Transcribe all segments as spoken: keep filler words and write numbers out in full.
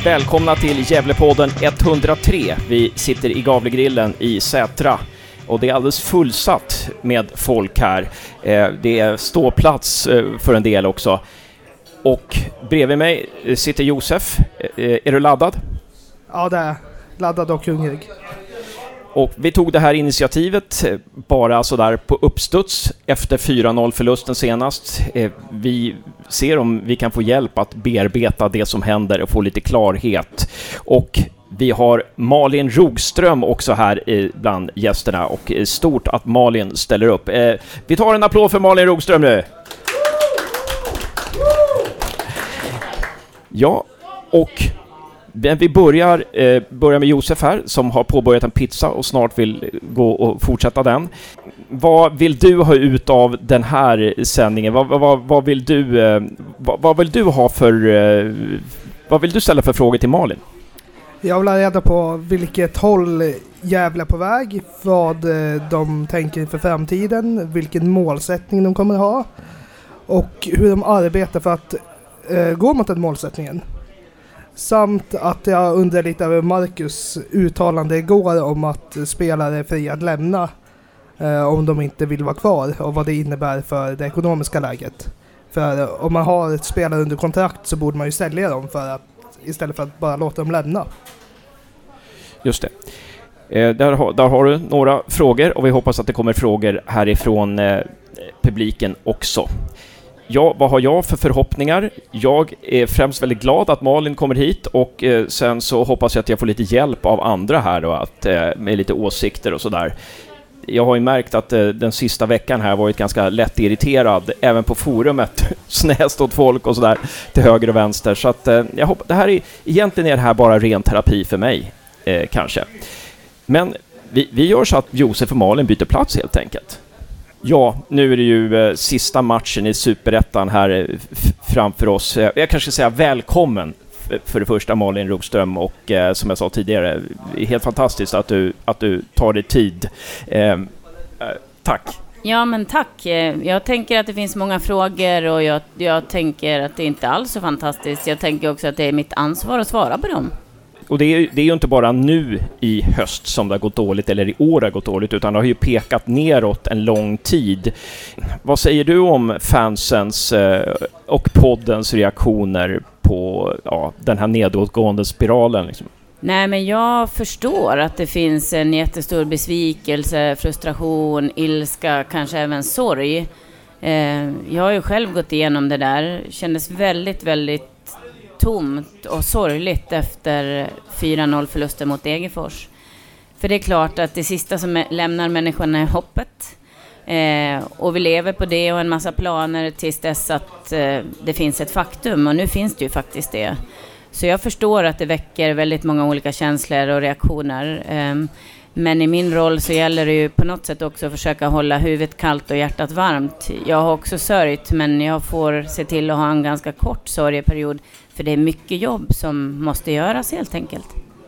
Välkomna till Gävlepodden etthundratre. Vi sitter i Gavlegrillen i Sätra och det är alldeles fullsatt med folk här. Det är ståplats för en del också. Och bredvid mig sitter Josef. Är du laddad? Ja, det är laddad och hungrig. Och vi tog det här initiativet bara sådär på uppstuds efter fyra noll-förlusten senast. Vi ser om vi kan få hjälp att bearbeta det som händer och få lite klarhet. Och vi har Malin Rogström också här bland gästerna och stort att Malin ställer upp. Vi tar en applåd för Malin Rogström nu. Ja, och vi börjar, eh, börjar med Josef här som har påbörjat en pizza och snart vill gå och fortsätta den. Vad vill du ha ut av den här sändningen? Vad, vad, vad, vill, du, eh, vad, vad vill du ha för... Eh, vad vill du ställa för frågor till Malin? Jag vill ha reda på vilket håll Gävle är på väg, vad de tänker för framtiden, vilken målsättning de kommer ha och hur de arbetar för att eh, gå mot den målsättningen. Samt att jag undrar lite över Marcus uttalande igår om att spelare är fria att lämna eh, om de inte vill vara kvar och vad det innebär för det ekonomiska läget. För om man har ett spelare under kontrakt så borde man ju sälja dem för att, istället för att bara låta dem lämna. Just det. Eh, där, har, där har du några frågor och vi hoppas att det kommer frågor härifrån eh, publiken också. Ja, vad har jag för förhoppningar? Jag är främst väldigt glad att Malin kommer hit och eh, sen så hoppas jag att jag får lite hjälp av andra här då, att, eh, med lite åsikter och sådär. Jag har ju märkt att eh, den sista veckan här varit ganska lätt irriterad, även på forumet, snäst åt folk och sådär, till höger och vänster. Så att eh, jag hoppas, det här är, egentligen är det här bara ren terapi för mig, eh, kanske. Men vi, vi gör så att Josef och Malin byter plats helt enkelt. Ja, nu är det ju eh, sista matchen i Superettan här eh, f- framför oss. Eh, jag kanske ska säga välkommen f- för det första Malin Rogström och eh, som jag sa tidigare, det är helt fantastiskt att du, att du tar dig tid. Eh, eh, tack. Ja, men tack. Jag tänker att det finns många frågor och jag, jag tänker att det inte alls är så fantastiskt. Jag tänker också att det är mitt ansvar att svara på dem. Och det är, det är ju inte bara nu i höst som det har gått dåligt eller i år har gått dåligt, utan det har ju pekat neråt en lång tid. Vad säger du om fansens eh, och poddens reaktioner på ja, den här nedåtgående spiralen liksom? Nej, men jag förstår att det finns en jättestor besvikelse, frustration, ilska, kanske även sorg. Eh, jag har ju själv gått igenom det där. Kändes väldigt, väldigt tomt och sorgligt efter fyra noll-förlusten mot Degerfors. För det är klart att det sista som lämnar människorna är hoppet. Eh, och vi lever på det och en massa planer tills dess att eh, det finns ett faktum. Och nu finns det ju faktiskt det. Så jag förstår att det väcker väldigt många olika känslor och reaktioner. Eh, men i min roll så gäller det ju på något sätt också att försöka hålla huvudet kallt och hjärtat varmt. Jag har också sörjt, men jag får se till att ha en ganska kort sorgeperiod. För det är mycket jobb som måste göras helt enkelt.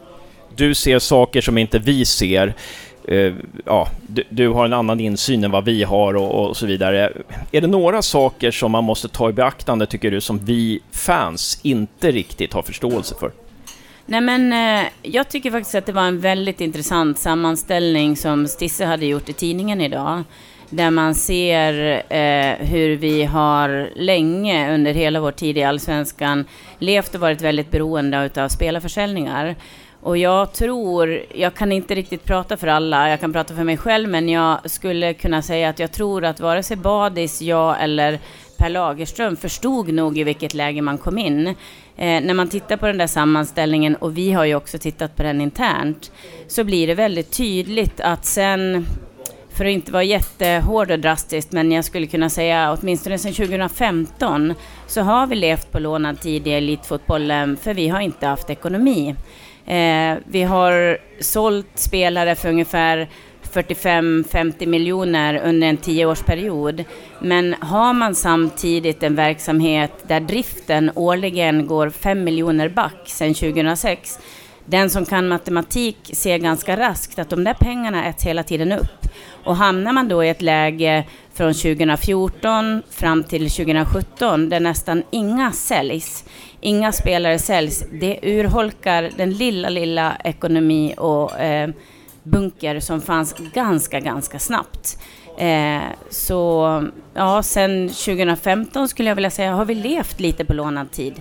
Du ser saker som inte vi ser. Uh, ja, du, du har en annan insyn än vad vi har och, och så vidare. Är det några saker som man måste ta i beaktande, tycker du, som vi fans inte riktigt har förståelse för? Nej, men eh, jag tycker faktiskt att det var en väldigt intressant sammanställning som Stisse hade gjort i tidningen idag. Där man ser eh, hur vi har länge under hela vår tid i Allsvenskan levt och varit väldigt beroende av spelarförsäljningar. Och jag tror, jag kan inte riktigt prata för alla, jag kan prata för mig själv, men jag skulle kunna säga att jag tror att vare sig Badis, jag eller Per Lagerström förstod nog i vilket läge man kom in. Eh, när man tittar på den där sammanställningen, och vi har ju också tittat på den internt, så blir det väldigt tydligt att sen, för att inte vara jättehård och drastiskt, men jag skulle kunna säga åtminstone sedan tjugo femton så har vi levt på lånad tid i elitfotbollen, för vi har inte haft ekonomi. Eh, vi har sålt spelare för ungefär fyrtiofem till femtio miljoner under en tioårsperiod. Men har man samtidigt en verksamhet där driften årligen går fem miljoner back sedan tjugohundrasex, den som kan matematik ser ganska raskt att de där pengarna äts hela tiden upp. Och hamnar man då i ett läge från tjugo fjorton fram till tjugo sjutton där nästan inga säljs, inga spelare säljs, det urholkar den lilla, lilla ekonomi och eh, bunker som fanns ganska, ganska snabbt. Eh, så ja, sen tjugo femton skulle jag vilja säga har vi levt lite på lånad tid.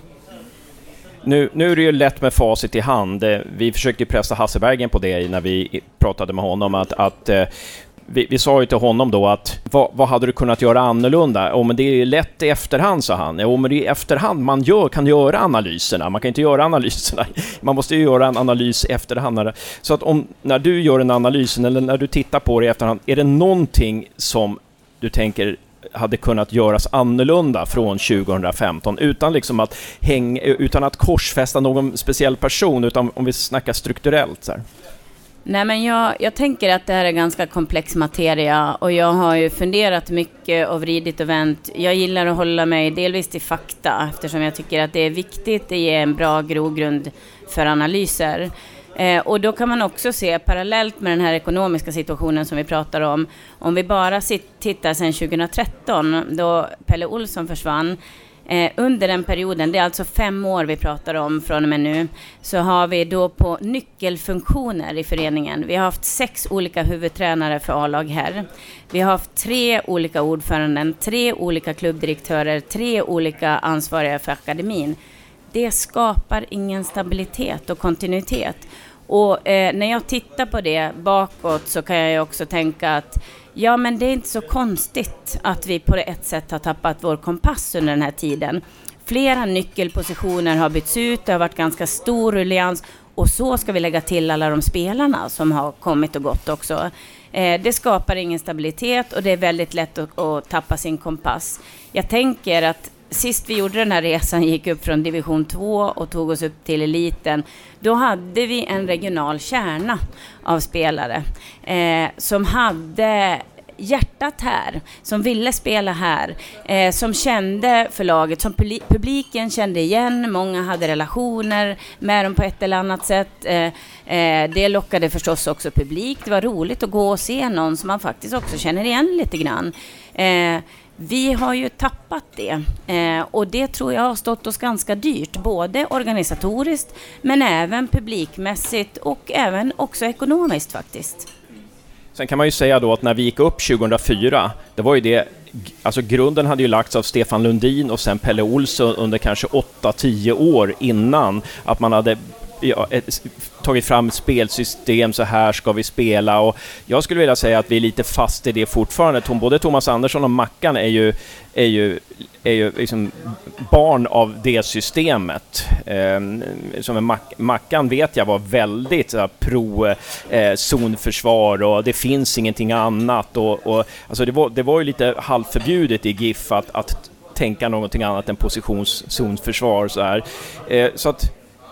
Nu, nu är det ju lätt med facit i hand. Vi försökte pressa Hasselbergen på det när vi pratade med honom. Att, att vi, vi sa ju till honom då att vad, vad hade du kunnat göra annorlunda? Oh, men det är lätt i efterhand, sa han. Oh, men det är i efterhand man gör, kan göra analyserna. Man kan inte göra analyserna. Man måste ju göra en analys i efterhand. Så att om, när du gör en analys eller när du tittar på det i efterhand, är det någonting som du tänker hade kunnat göras annorlunda från tjugo femton utan liksom att häng, utan att korsfästa någon speciell person, utan om vi snackar strukturellt så här? Nej, men jag, jag tänker att det här är ganska komplex materia och jag har ju funderat mycket och vridit och vänt. Jag gillar att hålla mig delvis till fakta eftersom jag tycker att det är viktigt. Det ger en bra grogrund för analyser. Eh, och då kan man också se parallellt med den här ekonomiska situationen som vi pratar om. Om vi bara sit, tittar sedan tjugo tretton då Pelle Olsson försvann. Eh, under den perioden, det är alltså fem år vi pratar om från och med nu, så har vi då på nyckelfunktioner i föreningen. Vi har haft sex olika huvudtränare för A-lag här. Vi har haft tre olika ordföranden, tre olika klubbdirektörer, tre olika ansvariga för akademin. Det skapar ingen stabilitet och kontinuitet. Och eh, när jag tittar på det bakåt så kan jag också tänka att ja, men det är inte så konstigt att vi på ett sätt har tappat vår kompass under den här tiden. Flera nyckelpositioner har bytts ut, det har varit ganska stor ruljans och så ska vi lägga till alla de spelarna som har kommit och gått också. Eh, det skapar ingen stabilitet och det är väldigt lätt att, att tappa sin kompass. Jag tänker att sist vi gjorde den här resan, gick upp från division två och tog oss upp till eliten, då hade vi en regional kärna av spelare eh, som hade hjärtat här, som ville spela här, eh, som kände för laget, som publiken kände igen, många hade relationer med dem på ett eller annat sätt. Eh, eh, det lockade förstås också publik. Det var roligt att gå och se någon som man faktiskt också känner igen lite grann. Eh, Vi har ju tappat det eh, och det tror jag har stått oss ganska dyrt, både organisatoriskt men även publikmässigt och även också ekonomiskt faktiskt. Sen kan man ju säga då att när vi gick upp tjugo fyra, det var ju det, alltså grunden hade ju lagts av Stefan Lundin och sen Pelle Olsson under kanske åtta tio år innan att man hade ja, ett, tagit fram ett spelsystem, så här ska vi spela, och jag skulle vilja säga att vi är lite fast i det fortfarande. Tom, både Thomas Andersson och Mackan är ju, är ju, är ju liksom barn av det systemet. Eh, som en Mac- Mackan vet jag var väldigt så här, pro eh, zonförsvar och det finns ingenting annat och, och alltså det var, det var ju lite halvförbjudet i GIF att, att tänka någonting annat än positionszonförsvar så här. Eh, så att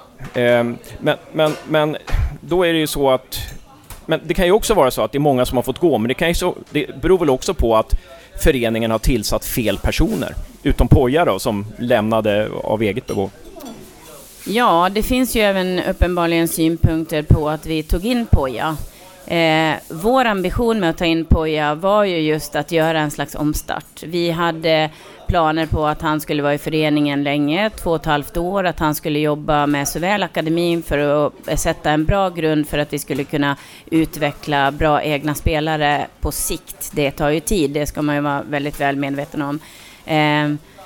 men, men, men då är det ju så att men det kan ju också vara så att det är många som har fått gå, men det, kan ju så, det beror väl också på att föreningen har tillsatt fel personer, utom Poja då, som lämnade av eget bevåg. Ja, det finns ju även uppenbarligen synpunkter på att vi tog in Poja. Eh, vår ambition med att ta in Poja var ju just att göra en slags omstart. Vi hade planer på att han skulle vara i föreningen länge, två och ett halvt år, att han skulle jobba med såväl akademin för att sätta en bra grund för att vi skulle kunna utveckla bra egna spelare på sikt. Det tar ju tid, det ska man ju vara väldigt väl medveten om. Eh,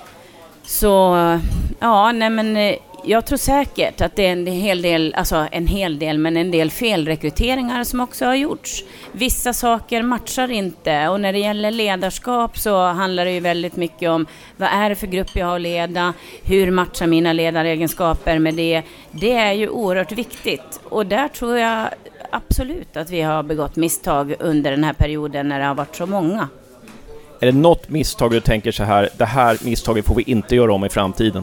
så ja, nej men jag tror säkert att det är en hel del, alltså en hel del, men en del felrekryteringar som också har gjorts. Vissa saker matchar inte, och när det gäller ledarskap så handlar det ju väldigt mycket om vad är det för grupp jag har att leda, hur matchar mina ledaregenskaper med det. Det är ju oerhört viktigt, och där tror jag absolut att vi har begått misstag under den här perioden när det har varit så många. Är det något misstag du tänker så här, det här misstaget får vi inte göra om i framtiden?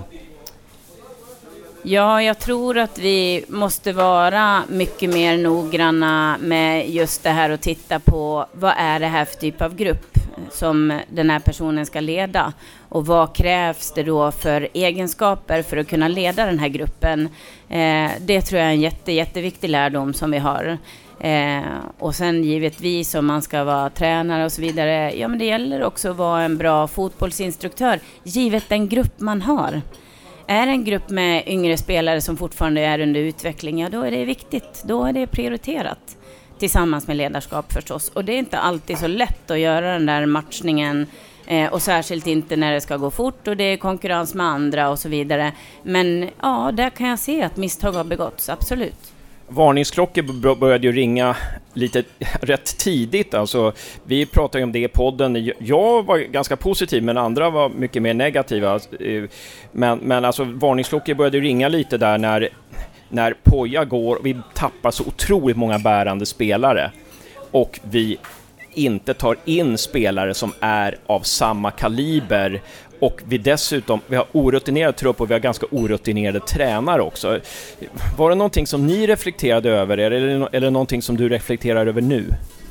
Ja, jag tror att vi måste vara mycket mer noggranna med just det här och titta på vad är det här för typ av grupp som den här personen ska leda, och vad krävs det då för egenskaper för att kunna leda den här gruppen. Eh, det tror jag är en jätte, jätteviktig lärdom som vi har. Eh, och sen givetvis om man ska vara tränare och så vidare, ja men det gäller också att vara en bra fotbollsinstruktör givet den grupp man har. är en grupp med yngre spelare som fortfarande är under utveckling, ja då är det viktigt. Då är det prioriterat tillsammans med ledarskap förstås. Och det är inte alltid så lätt att göra den där matchningen. Eh, och särskilt inte när det ska gå fort och det är konkurrens med andra och så vidare. Men ja, där kan jag se att misstag har begåtts, absolut. Varningsklockor började ju ringa lite rätt tidigt. Alltså, vi pratade ju om det i podden. Jag var ganska positiv, men andra var mycket mer negativa. Men, men alltså, varningsklockor började ringa lite där när, när Poja går. Vi tappar så otroligt många bärande spelare. Och vi inte tar in spelare som är av samma kaliber. Och vi dessutom, vi har orutinerad trupp och vi har ganska orutinerade tränare också. Var det någonting som ni reflekterade över er, eller, eller någonting som du reflekterar över nu?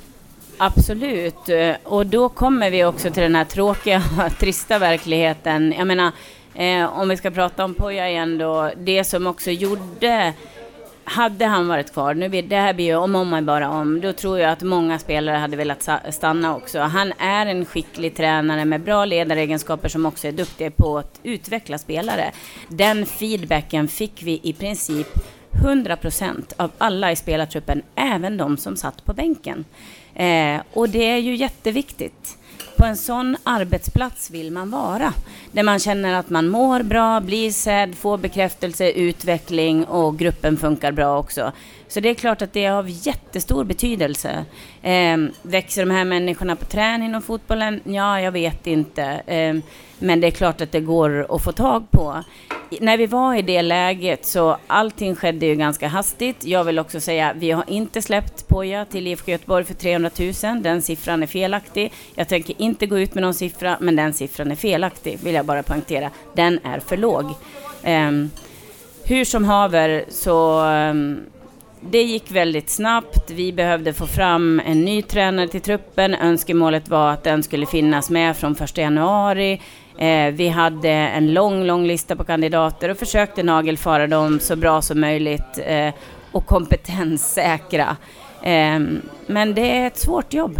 Absolut, och då kommer vi också till den här tråkiga, trista verkligheten. Jag menar, eh, om vi ska prata om Poja igen då, det som också gjorde... Hade han varit kvar, nu blir det här blir ju om om man bara om, då tror jag att många spelare hade velat stanna också. Han är en skicklig tränare med bra ledaregenskaper som också är duktig på att utveckla spelare. Den feedbacken fick vi i princip hundra procent av alla i spelartruppen, även de som satt på bänken. Eh, och det är ju jätteviktigt. På en sån arbetsplats vill man vara. Där man känner att man mår bra, blir sedd, får bekräftelse, utveckling och gruppen funkar bra också. Så det är klart att det är av jättestor betydelse. Eh, växer de här människorna på träning och fotbollen? Ja, jag vet inte. Eh, men det är klart att det går att få tag på. När vi var i det läget så allting skedde ju ganska hastigt. Jag vill också säga, vi har inte släppt Poja till I F K Göteborg för trehundratusen. Den siffran är felaktig. Jag tänker inte gå ut med någon siffra, men den siffran är felaktig, vill jag bara poängtera. Den är för låg. Um, hur som haver så... Um, det gick väldigt snabbt. Vi behövde få fram en ny tränare till truppen. Önskemålet var att den skulle finnas med från första januari. Eh, vi hade en lång, lång lista på kandidater och försökte nagelfara dem så bra som möjligt eh, och kompetenssäkra. Eh, men det är ett svårt jobb.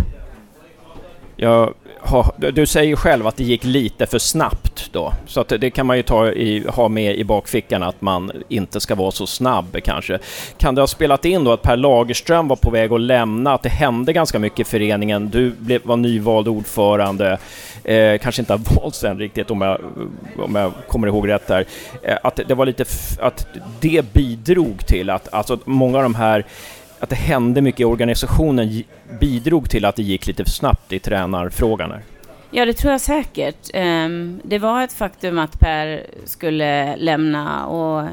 Ja, ha, du säger själv att det gick lite för snabbt då. Så att det kan man ju ta i, ha med i bakfickan, att man inte ska vara så snabb kanske. Kan det ha spelat in då att Per Lagerström var på väg att lämna, att det hände ganska mycket i föreningen? Du blev, var nyvald ordförande, eh, kanske inte har valt sen riktigt om jag, om jag kommer ihåg rätt där. Eh, att det var lite, f- att det bidrog till att alltså, många av de här, att det hände mycket i organisationen bidrog till att det gick lite för snabbt i tränarfrågan. Ja, det tror jag säkert. Det var ett faktum att Per skulle lämna och,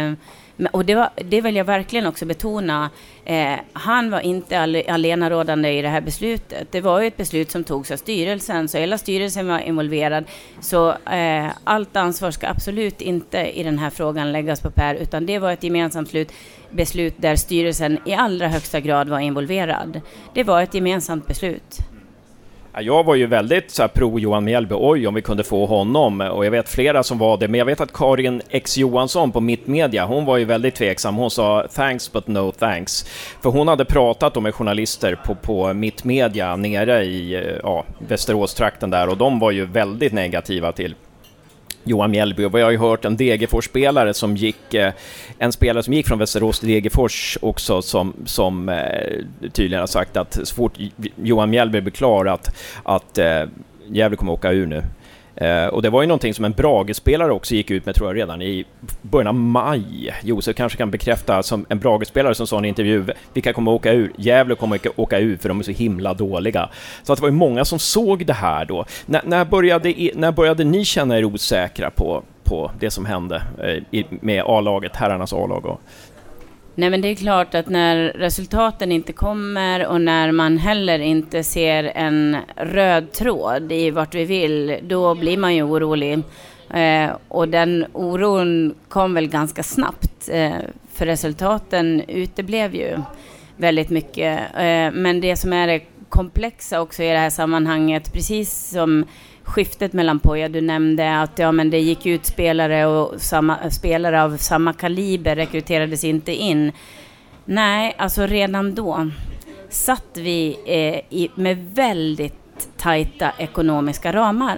och det, var, det vill jag verkligen också betona. Han var inte allenarådande i det här beslutet. Det var ju ett beslut som togs av styrelsen, så hela styrelsen var involverad. Så allt ansvar ska absolut inte i den här frågan läggas på Per, utan det var ett gemensamt beslut. beslut där styrelsen i allra högsta grad var involverad. Det var ett gemensamt beslut. Jag var ju väldigt så här, pro Johan Mjällby, oj om vi kunde få honom, och jag vet flera som var det, men jag vet att Karin X Johansson på Mittmedia, hon var ju väldigt tveksam, hon sa thanks but no thanks, för hon hade pratat med journalister på, på Mittmedia nere i ja, Västerås-trakten där, och de var ju väldigt negativa till Johan Mjällby. Och jag har ju hört en Degerfors-spelare som gick, eh, en spelare som gick från Västerås till Degerfors också, som, som eh, tydligen har sagt att så fort Johan Mjällby blir klar att, att eh, Gävle kommer åka ur nu. Eh, och det var ju någonting som en Brage-spelare också gick ut med, tror jag, redan i början av maj. Josef kanske kan bekräfta, som en Brage-spelare som sa i en intervju, vilka kommer åka ur? Gävle kommer åka ur för de är så himla dåliga. Så att det var ju många som såg det här då. N- när, började, när började ni känna er osäkra på, på det som hände eh, med A-laget, herrarnas A-lag? Och... Nej, men det är klart att när resultaten inte kommer och när man heller inte ser en röd tråd i vart vi vill, då blir man ju orolig. Eh, och den oron kom väl ganska snabbt, eh, för resultaten uteblev ju väldigt mycket. Eh, men det som är det komplexa också i det här sammanhanget, precis som skiftet mellan Poja, du nämnde att ja, men det gick ut spelare och samma, spelare av samma kaliber rekryterades inte in. Nej, alltså redan då satt vi eh, i, med väldigt tajta ekonomiska ramar.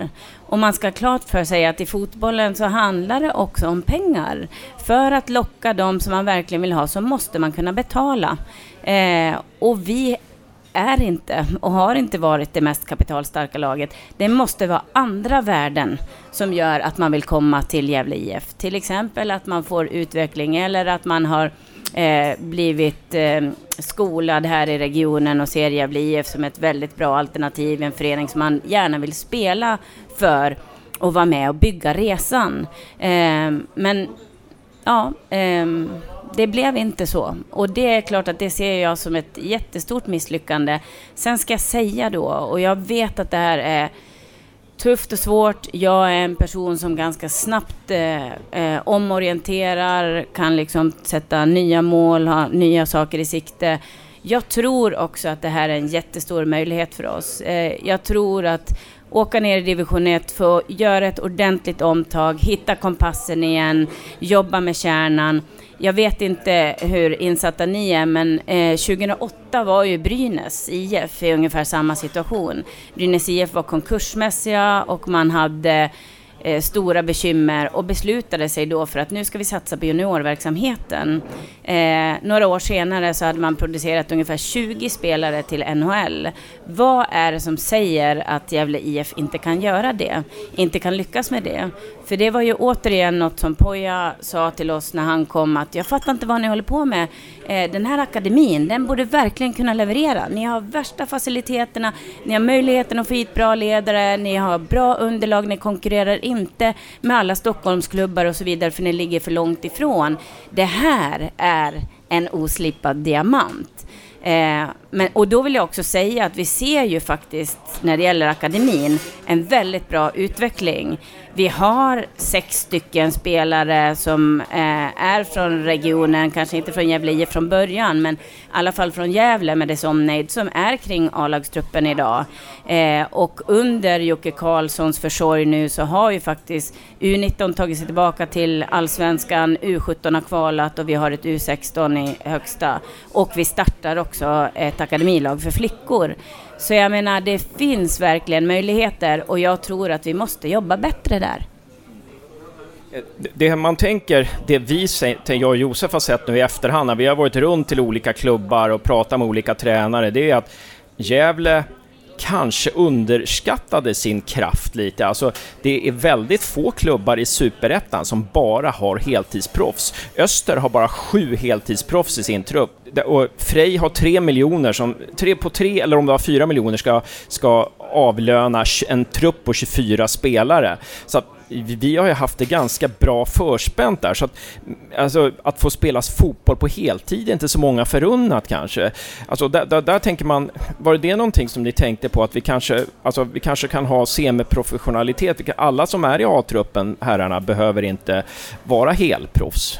Och man ska klart för sig att i fotbollen så handlar det också om pengar. För att locka dem som man verkligen vill ha så måste man kunna betala. Eh, och vi är inte och har inte varit det mest kapitalstarka laget. Det måste vara andra värden som gör att man vill komma till Gävle I F. Till exempel att man får utveckling eller att man har eh, blivit eh, skolad här i regionen och ser Gävle I F som ett väldigt bra alternativ. En förening som man gärna vill spela för och vara med och bygga resan. Eh, men ja... Eh, Det blev inte så. Och det är klart att det ser jag som ett jättestort misslyckande. Sen ska jag säga då, och jag vet att det här är tufft och svårt. Jag är en person som ganska snabbt eh, eh, omorienterar, kan liksom sätta nya mål, ha nya saker i sikte. Jag tror också att det här är en jättestor möjlighet för oss. Eh, jag tror att åka ner i division ett, få göra ett ordentligt omtag, hitta kompassen igen, jobba med kärnan. Jag vet inte hur insatta ni är, men eh, tjugohundraåtta var ju Brynäs I F i ungefär samma situation. Brynäs I F var konkursmässiga och man hade eh, stora bekymmer och beslutade sig då för att nu ska vi satsa på juniorverksamheten. Eh, några år senare så hade man producerat ungefär tjugo spelare till N H L. Vad är det som säger att Gävle I F inte kan göra det? Inte kan lyckas med det? För det var ju återigen något som Poja sa till oss när han kom, att jag fattar inte vad ni håller på med. Eh, den här akademin, den borde verkligen kunna leverera. Ni har värsta faciliteterna, ni har möjligheten att få hit bra ledare, ni har bra underlag, ni konkurrerar inte med alla Stockholmsklubbar och så vidare för ni ligger för långt ifrån. Det här är en oslipad diamant. Eh, men, och då vill jag också säga att vi ser ju faktiskt när det gäller akademin en väldigt bra utveckling. Vi har sex stycken spelare som eh, är från regionen, kanske inte från Gävle I F från början, men i alla fall från Gävle med dess omnejd, som är kring A-lagstruppen idag. Eh, och under Jocke Karlssons försorg nu så har ju faktiskt U nitton tagit sig tillbaka till allsvenskan, U sjutton har kvalat och vi har ett U sexton i högsta. Och vi startar också ett akademilag för flickor. Så jag menar, det finns verkligen möjligheter och jag tror att vi måste jobba bättre där. Det man tänker, det vi, jag och Josef har sett nu i efterhand när vi har varit runt till olika klubbar och pratat med olika tränare, det är att Gävle kanske underskattade sin kraft lite. Alltså, det är väldigt få klubbar i Superettan som bara har heltidsproffs. Öster har bara sju heltidsproffs i sin trupp. Och Frej har tre miljoner som, tre på tre, eller om det var fyra miljoner, ska, ska avlöna en trupp på tjugofyra spelare. Så att vi har ju haft det ganska bra förspänt där, så att, alltså, att få spelas fotboll på heltid är inte så många förunnat kanske. Alltså, där, där, där tänker man, var det någonting som ni tänkte på, att vi kanske, alltså, vi kanske kan ha semiprofessionalitet? Alla som är i A-truppen, herrarna, behöver inte vara helproffs.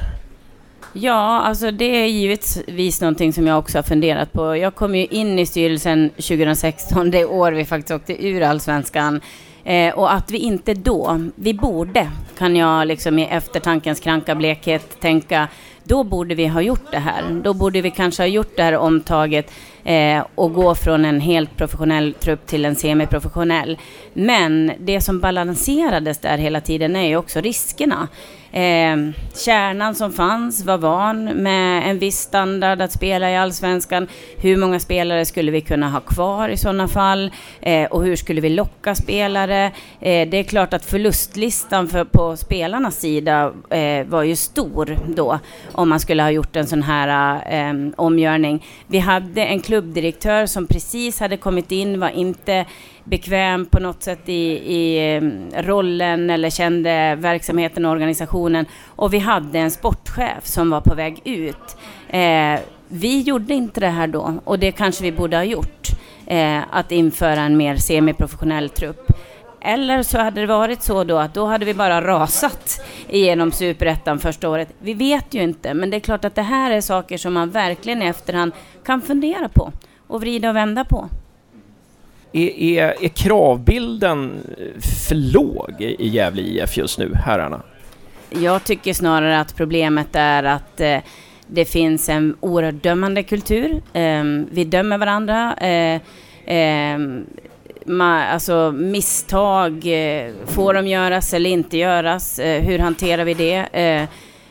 Ja, alltså det är givetvis någonting som jag också har funderat på. Jag kom ju in i styrelsen tjugohundrasexton, det år vi faktiskt åkte ur allsvenskan. Eh, och att vi inte då, vi borde, kan jag liksom i eftertankens kranka blekhet tänka, då borde vi ha gjort det här. Då borde vi kanske ha gjort det här omtaget eh, och gå från en helt professionell trupp till en semiprofessionell. Men det som balanserades där hela tiden är ju också riskerna. Eh, kärnan som fanns var van med en viss standard att spela i allsvenskan. Hur många spelare skulle vi kunna ha kvar i sådana fall? Eh, och hur skulle vi locka spelare? Eh, det är klart att förlustlistan för, på spelarnas sida eh, var ju stor då, om man skulle ha gjort en sån här eh, omgörning. Vi hade en klubbdirektör som precis hade kommit in, var inte bekväm på något sätt i, i rollen eller kände verksamheten och organisationen. Och vi hade en sportchef som var på väg ut. Eh, vi gjorde inte det här då, och det kanske vi borde ha gjort. Eh, att införa en mer semiprofessionell trupp. Eller så hade det varit så då att då hade vi bara rasat igenom Superettan första året. Vi vet ju inte, men det är klart att det här är saker som man verkligen i efterhand kan fundera på och vrida och vända på. Är, är, är kravbilden för låg i Gävle I F just nu, herrarna? Jag tycker snarare att problemet är att eh, det finns en oerhört dömande kultur. Eh, vi dömer varandra. Eh, eh, ma, alltså misstag, eh, får de göras eller inte göras? Eh, hur hanterar vi det? Eh,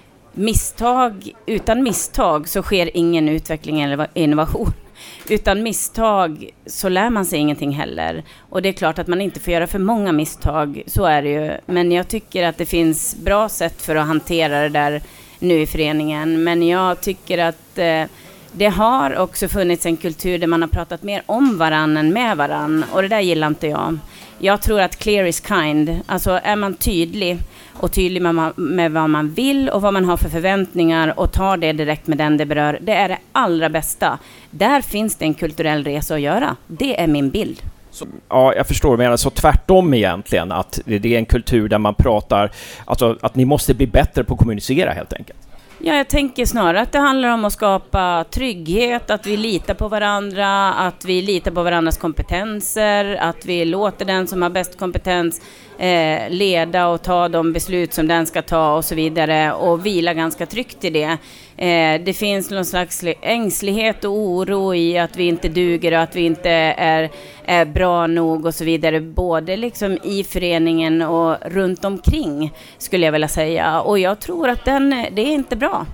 misstag, utan misstag så sker ingen utveckling eller innovation. Utan misstag så lär man sig ingenting heller. Och det är klart att man inte får göra för många misstag, så är det ju. Men jag tycker att det finns bra sätt för att hantera det där nu i föreningen. Men jag tycker att eh, det har också funnits en kultur där man har pratat mer om varann än med varann. Och det där gillar inte jag. Jag tror att clear is kind. Alltså är man tydlig och tydlig med, med vad man vill och vad man har för förväntningar och tar det direkt med den det berör. Det är det allra bästa. Där finns det en kulturell resa att göra. Det är min bild. Så, ja, jag förstår. Men så tvärtom egentligen. Att det är en kultur där man pratar... Alltså att ni måste bli bättre på att kommunicera helt enkelt. Ja, jag tänker snarare att det handlar om att skapa trygghet, att vi litar på varandra, att vi litar på varandras kompetenser, att vi låter den som har bäst kompetens eh, leda och ta de beslut som den ska ta och så vidare och vila ganska tryggt i det. Eh, det finns någon slags ängslighet och oro i att vi inte duger och att vi inte är, är bra nog och så vidare, både liksom i föreningen och runt omkring skulle jag vilja säga. Och jag tror att den, det är inte bra.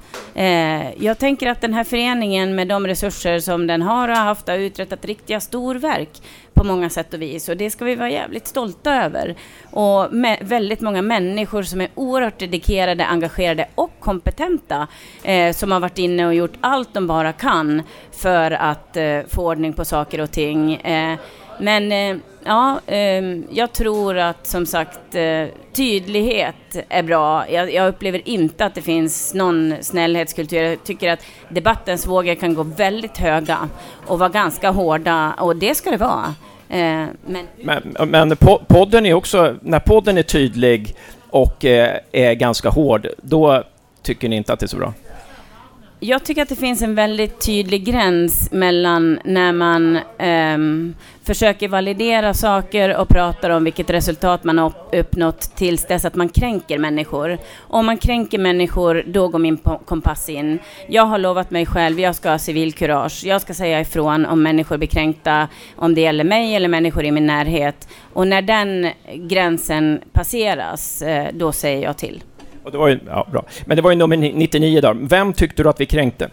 Eh, jag tänker att den här föreningen med de resurser som den har och haft har uträttat riktiga storverk på många sätt och vis, och det ska vi vara jävligt stolta över. Och med väldigt många människor som är oerhört dedikerade, engagerade och kompetenta eh, som har varit inne och gjort allt de bara kan för att eh, få ordning på saker och ting. Eh, men eh, ja, eh, jag tror att som sagt eh, tydlighet är bra. Jag, jag upplever inte att det finns någon snällhetskultur. Jag tycker att debattens vågor kan gå väldigt höga och vara ganska hårda, och det ska det vara. Eh, men men, men podden är också, när podden är tydlig och eh, är ganska hård, då tycker ni inte att det är så bra? Jag tycker att det finns en väldigt tydlig gräns mellan när man um, försöker validera saker och pratar om vilket resultat man har uppnått tills dess att man kränker människor. Om man kränker människor, då går min kompass in. Jag har lovat mig själv, jag ska ha civilkurage. Jag ska säga ifrån om människor blir kränkta, om det gäller mig eller människor i min närhet. Och när den gränsen passeras, då säger jag till. Och det var ju, ja, bra. Men det var ju nummer nittionio där. Vem tyckte du att vi kränkte?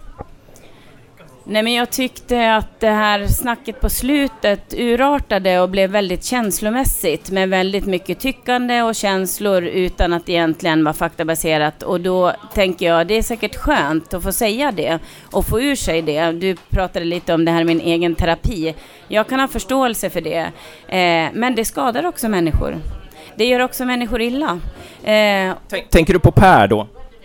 Nej, men jag tyckte att det här snacket på slutet urartade och blev väldigt känslomässigt med väldigt mycket tyckande och känslor utan att egentligen vara faktabaserat. Och då tänker jag, det är säkert skönt att få säga det och få ur sig det. Du pratade lite om det här med min egen terapi. Jag kan ha förståelse för det. Eh, men det skadar också människor. Det gör också människor illa. Eh, Tänker du på Per då?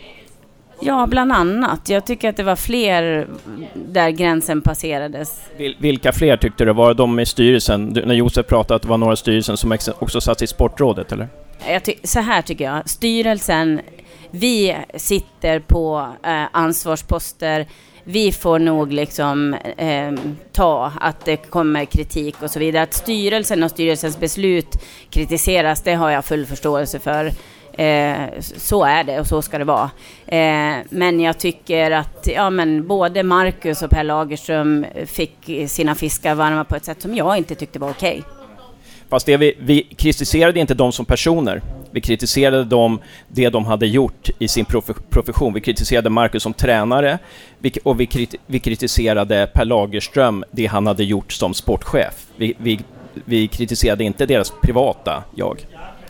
Ja, bland annat. Jag tycker att det var fler där gränsen passerades. Vil- vilka fler tyckte du? Var de i styrelsen? Du, när Josef pratade att det var några styrelsen som ex- också satt i sportrådet, eller? Jag ty- så här tycker jag. Styrelsen, vi sitter på eh, ansvarsposter. Vi får nog liksom eh, ta att det kommer kritik och så vidare. Att styrelsen och styrelsens beslut kritiseras, det har jag full förståelse för. Eh, så är det och så ska det vara. Eh, men jag tycker att ja, men både Marcus och Per Lagerström fick sina fiskar varma på ett sätt som jag inte tyckte var okej. Fast det vi, vi kritiserade inte dem som personer. Vi kritiserade dem, det de hade gjort i sin prof- profession. Vi kritiserade Marcus som tränare vi, och vi, krit- vi kritiserade Per Lagerström, det han hade gjort som sportchef. Vi, vi, vi kritiserade inte deras privata jag.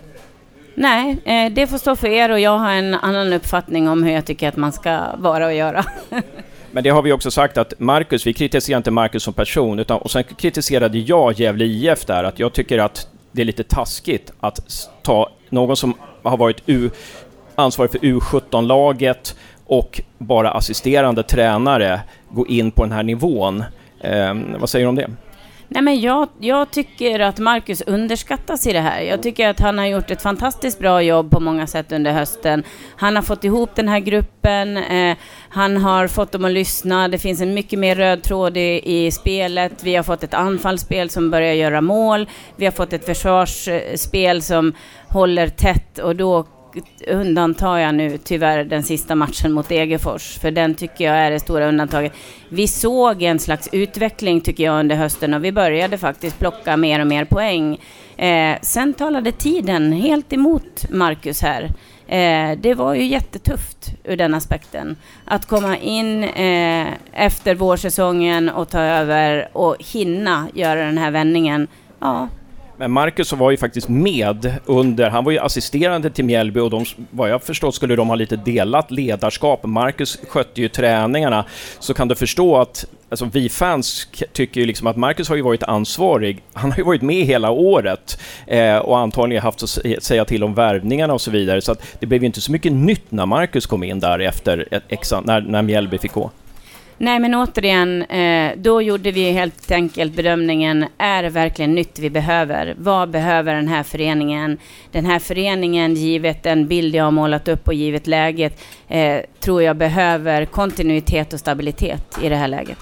Nej, eh, det får stå för er, och jag har en annan uppfattning om hur jag tycker att man ska vara och göra. Men det har vi också sagt att Marcus, vi kritiserar inte Marcus som person, utan, och sen kritiserade jag Gävle I F där, att jag tycker att det är lite taskigt att ta någon som har varit U, ansvarig för U sjutton-laget och bara assisterande tränare gå in på den här nivån. Eh, vad säger du om det? Nej, men jag, jag tycker att Marcus underskattas i det här. Jag tycker att han har gjort ett fantastiskt bra jobb på många sätt under hösten. Han har fått ihop den här gruppen. Eh, han har fått dem att lyssna. Det finns en mycket mer röd tråd i, i spelet. Vi har fått ett anfallsspel som börjar göra mål. Vi har fått ett försvarsspel som håller tätt, och då undantar jag nu tyvärr den sista matchen mot Degerfors, för den tycker jag är det stora undantaget. Vi såg en slags utveckling tycker jag under hösten och vi började faktiskt plocka mer och mer poäng. Eh, sen talade tiden helt emot Marcus här. Eh, det var ju jättetufft ur den aspekten. Att komma in eh, efter vårsäsongen och ta över och hinna göra den här vändningen. Ja. Men Marcus var ju faktiskt med under, han var ju assisterande till Mjällby och de, vad jag förstått skulle de ha lite delat ledarskap. Marcus skötte ju träningarna, så kan du förstå att alltså, vi fans tycker ju liksom att Marcus har ju varit ansvarig. Han har ju varit med hela året eh, och antagligen haft att säga till om värvningarna och så vidare. Så att det blev ju inte så mycket nytt när Marcus kom in där efter ett exa, när, när Mjällby fick gå. Nej, men återigen, eh, då gjorde vi helt enkelt bedömningen, är det verkligen nytt vi behöver? Vad behöver den här föreningen? Den här föreningen, givet den bild jag har målat upp och givet läget, eh, tror jag behöver kontinuitet och stabilitet i det här läget.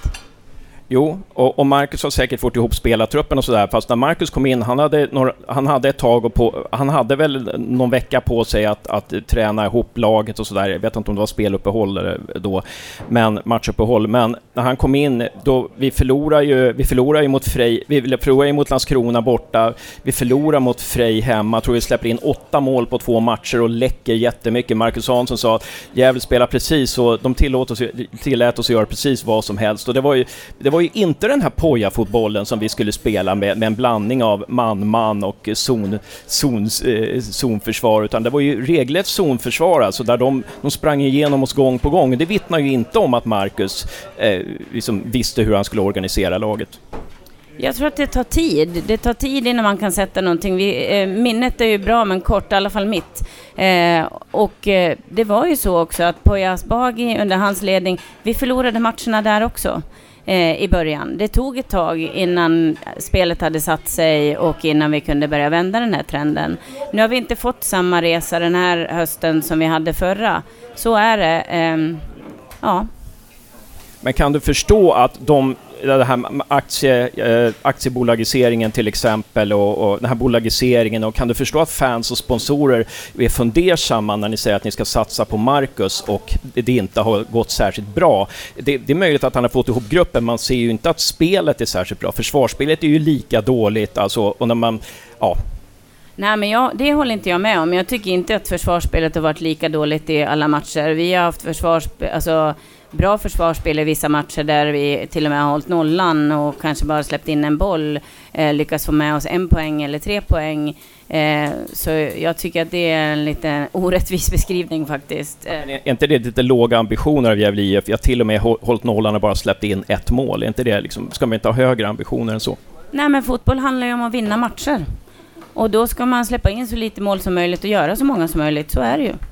Jo, och, och Marcus har säkert fått ihop spelartruppen och sådär, fast när Marcus kom in, han hade, några, han hade ett tag och på, han hade väl någon vecka på sig att, att träna ihop laget och sådär. Jag vet inte om det var speluppehåll då, men matchuppehåll. Men när han kom in, då vi förlorar ju, vi förlorar ju mot Frej, vi förlorar ju mot Landskrona borta, vi förlorar mot Frej hemma. Jag tror vi släpper in åtta mål på två matcher och läcker jättemycket. Marcus Hansson sa att Gävle spelar precis och de tillät oss, tillät oss att göra precis vad som helst. Och det var ju, det var ju inte den här poja-fotbollen som vi skulle spela med, med en blandning av man-man och zon, zon, eh, zonförsvar, utan det var ju regelrätt zonförsvar, alltså där de, de sprang igenom oss gång på gång. Det vittnar ju inte om att Marcus eh, liksom visste hur han skulle organisera laget. Jag tror att det tar tid. Det tar tid innan man kan sätta någonting. Vi, eh, minnet är ju bra, men kort, i alla fall mitt. Eh, och eh, det var ju så också att Poya Asbaghi under hans ledning, vi förlorade matcherna där också. I början. Det tog ett tag innan spelet hade satt sig och innan vi kunde börja vända den här trenden. Nu har vi inte fått samma resa den här hösten som vi hade förra. Så är det. Um, ja. Men kan du förstå att de, det här aktie, eh, aktiebolagiseringen till exempel och, och den här bolagiseringen, och kan du förstå att fans och sponsorer är fundersamma när ni säger att ni ska satsa på Marcus och det inte har gått särskilt bra? Det, det är möjligt att han har fått ihop gruppen, man ser ju inte att spelet är särskilt bra. Försvarsspelet är ju lika dåligt, alltså, och när man, ja. Nej, men jag, det håller inte jag med om. Jag tycker inte att försvarsspelet har varit lika dåligt i alla matcher. Vi har haft försvarsspel, alltså bra försvarsspel i vissa matcher där vi till och med har hållit nollan och kanske bara släppt in en boll, eh, lyckas få med oss en poäng eller tre poäng. Eh, så jag tycker att det är en lite orättvis beskrivning faktiskt. Eh. Är inte det lite låga ambitioner av Gävle I F? Jag har till och med hållit nollan och bara släppt in ett mål. Är inte det liksom, ska man inte ha högre ambitioner än så? Nej, men fotboll handlar ju om att vinna matcher. Och då ska man släppa in så lite mål som möjligt och göra så många som möjligt. Så är det ju.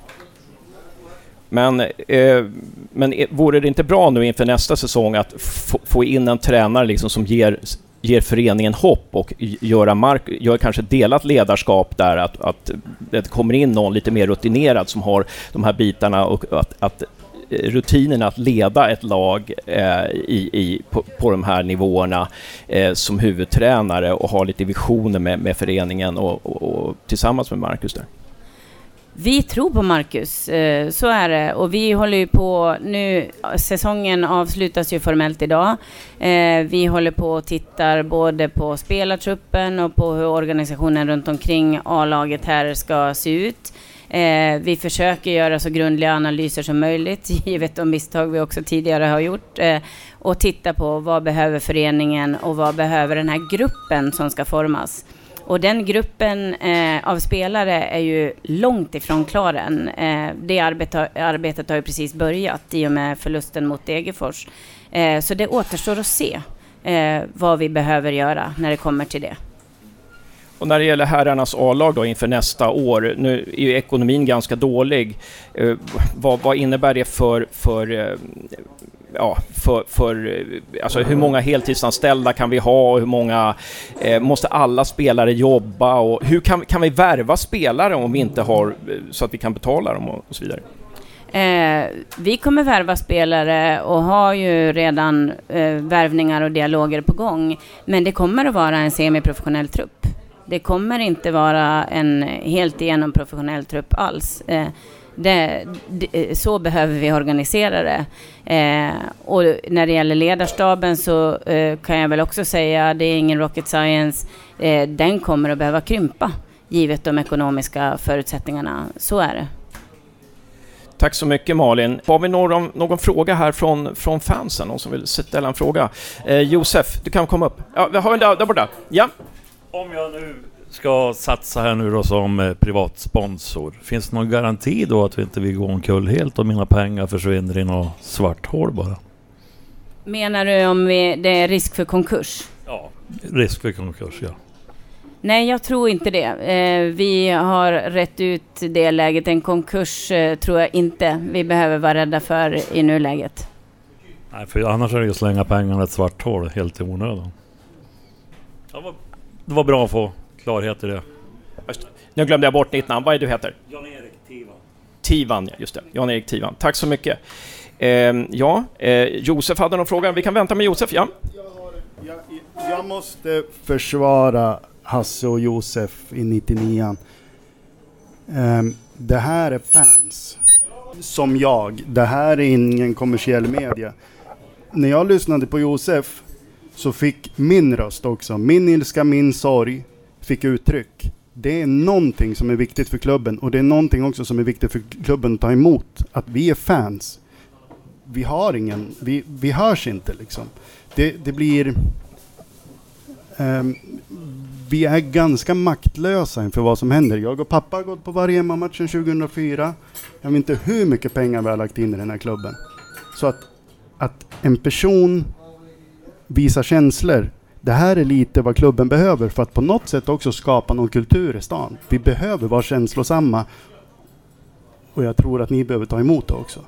Men, eh, men vore det inte bra nu inför nästa säsong att f- få in en tränare liksom som ger, ger föreningen hopp och göra mark, gör kanske delat ledarskap där, att, att det kommer in någon lite mer rutinerad som har de här bitarna och att, att rutinerna att leda ett lag eh, i, i, på, på de här nivåerna eh, som huvudtränare och ha lite visioner med, med föreningen och, och, och tillsammans med Marcus där. Vi tror på Marcus, eh, så är det. Och vi håller ju på nu, säsongen avslutas ju formellt idag. Eh, vi håller på och tittar både på spelartruppen och på hur organisationen runt omkring A-laget här ska se ut. Eh, vi försöker göra så grundliga analyser som möjligt, givet de misstag vi också tidigare har gjort. Eh, och titta på vad behöver föreningen och vad behöver den här gruppen som ska formas. Och den gruppen eh, av spelare är ju långt ifrån klar än. Eh, det arbeta, arbetet har ju precis börjat i och med förlusten mot Degerfors. Eh, så det återstår att se eh, vad vi behöver göra när det kommer till det. Och när det gäller herrarnas A-lag då inför nästa år, nu är ju ekonomin ganska dålig. Eh, vad, vad innebär det för... för eh, Ja, för, för alltså hur många heltidsanställda kan vi ha och hur många eh, måste alla spelare jobba och hur kan, kan vi värva spelare om vi inte har så att vi kan betala dem och, och så vidare? Eh, vi kommer värva spelare och har ju redan eh, värvningar och dialoger på gång, men det kommer att vara en semiprofessionell trupp. Det kommer inte vara en helt igenom professionell trupp alls. Eh, det, det, så behöver vi organisera det. Eh, och när det gäller ledarstaben så eh, kan jag väl också säga, det är ingen rocket science, eh, den kommer att behöva krympa givet de ekonomiska förutsättningarna. Så är det. Tack så mycket Malin. Har vi någon, någon fråga här från, från fansen? Någon som vill ställa en fråga? Eh, Josef, du kan komma upp. Ja, vi har en där, där borta. Ja. Om jag nu ska satsa här nu då som eh, privat sponsor, finns det någon garanti då att vi inte vill gå omkull helt och mina pengar försvinner i något svart hål bara? Menar du om vi, det är risk för konkurs? Ja, risk för konkurs, ja. Nej, jag tror inte det. Eh, vi har rätt ut det läget. En konkurs eh, tror jag inte vi behöver vara rädda för i nuläget. Nej, för annars är det ju att slänga pengarna i ett svart hål helt i onödan. Det var, det var bra att få klarhet i det. Just, nu glömde jag bort ditt namn. Vad är du heter? Jan-Erik Tivan. Tivan, ja, just det. Jan-Erik Tivan. Tack så mycket. Eh, ja, eh, Josef hade någon fråga. Vi kan vänta med Josef, ja. Jag, har, jag, jag måste försvara Hasse och Josef i nittionio. Um, det här är fans. Som jag. Det här är ingen kommersiell media. När jag lyssnade på Josef så fick min röst också, min ilska, min sorg, fick uttryck. Det är någonting som är viktigt för klubben, och det är någonting också som är viktigt för klubben att ta emot. Att vi är fans. Vi har ingen, vi, vi hörs inte liksom. Det, det blir... Um, vi är ganska maktlösa inför vad som händer. Jag och pappa har gått på varje matchen tjugohundrafyra. Jag vet inte hur mycket pengar vi har lagt in i den här klubben. Så att, att en person visar känslor, det här är lite vad klubben behöver för att på något sätt också skapa någon kultur i stan. Vi behöver vara känslosamma, och jag tror att ni behöver ta emot det också.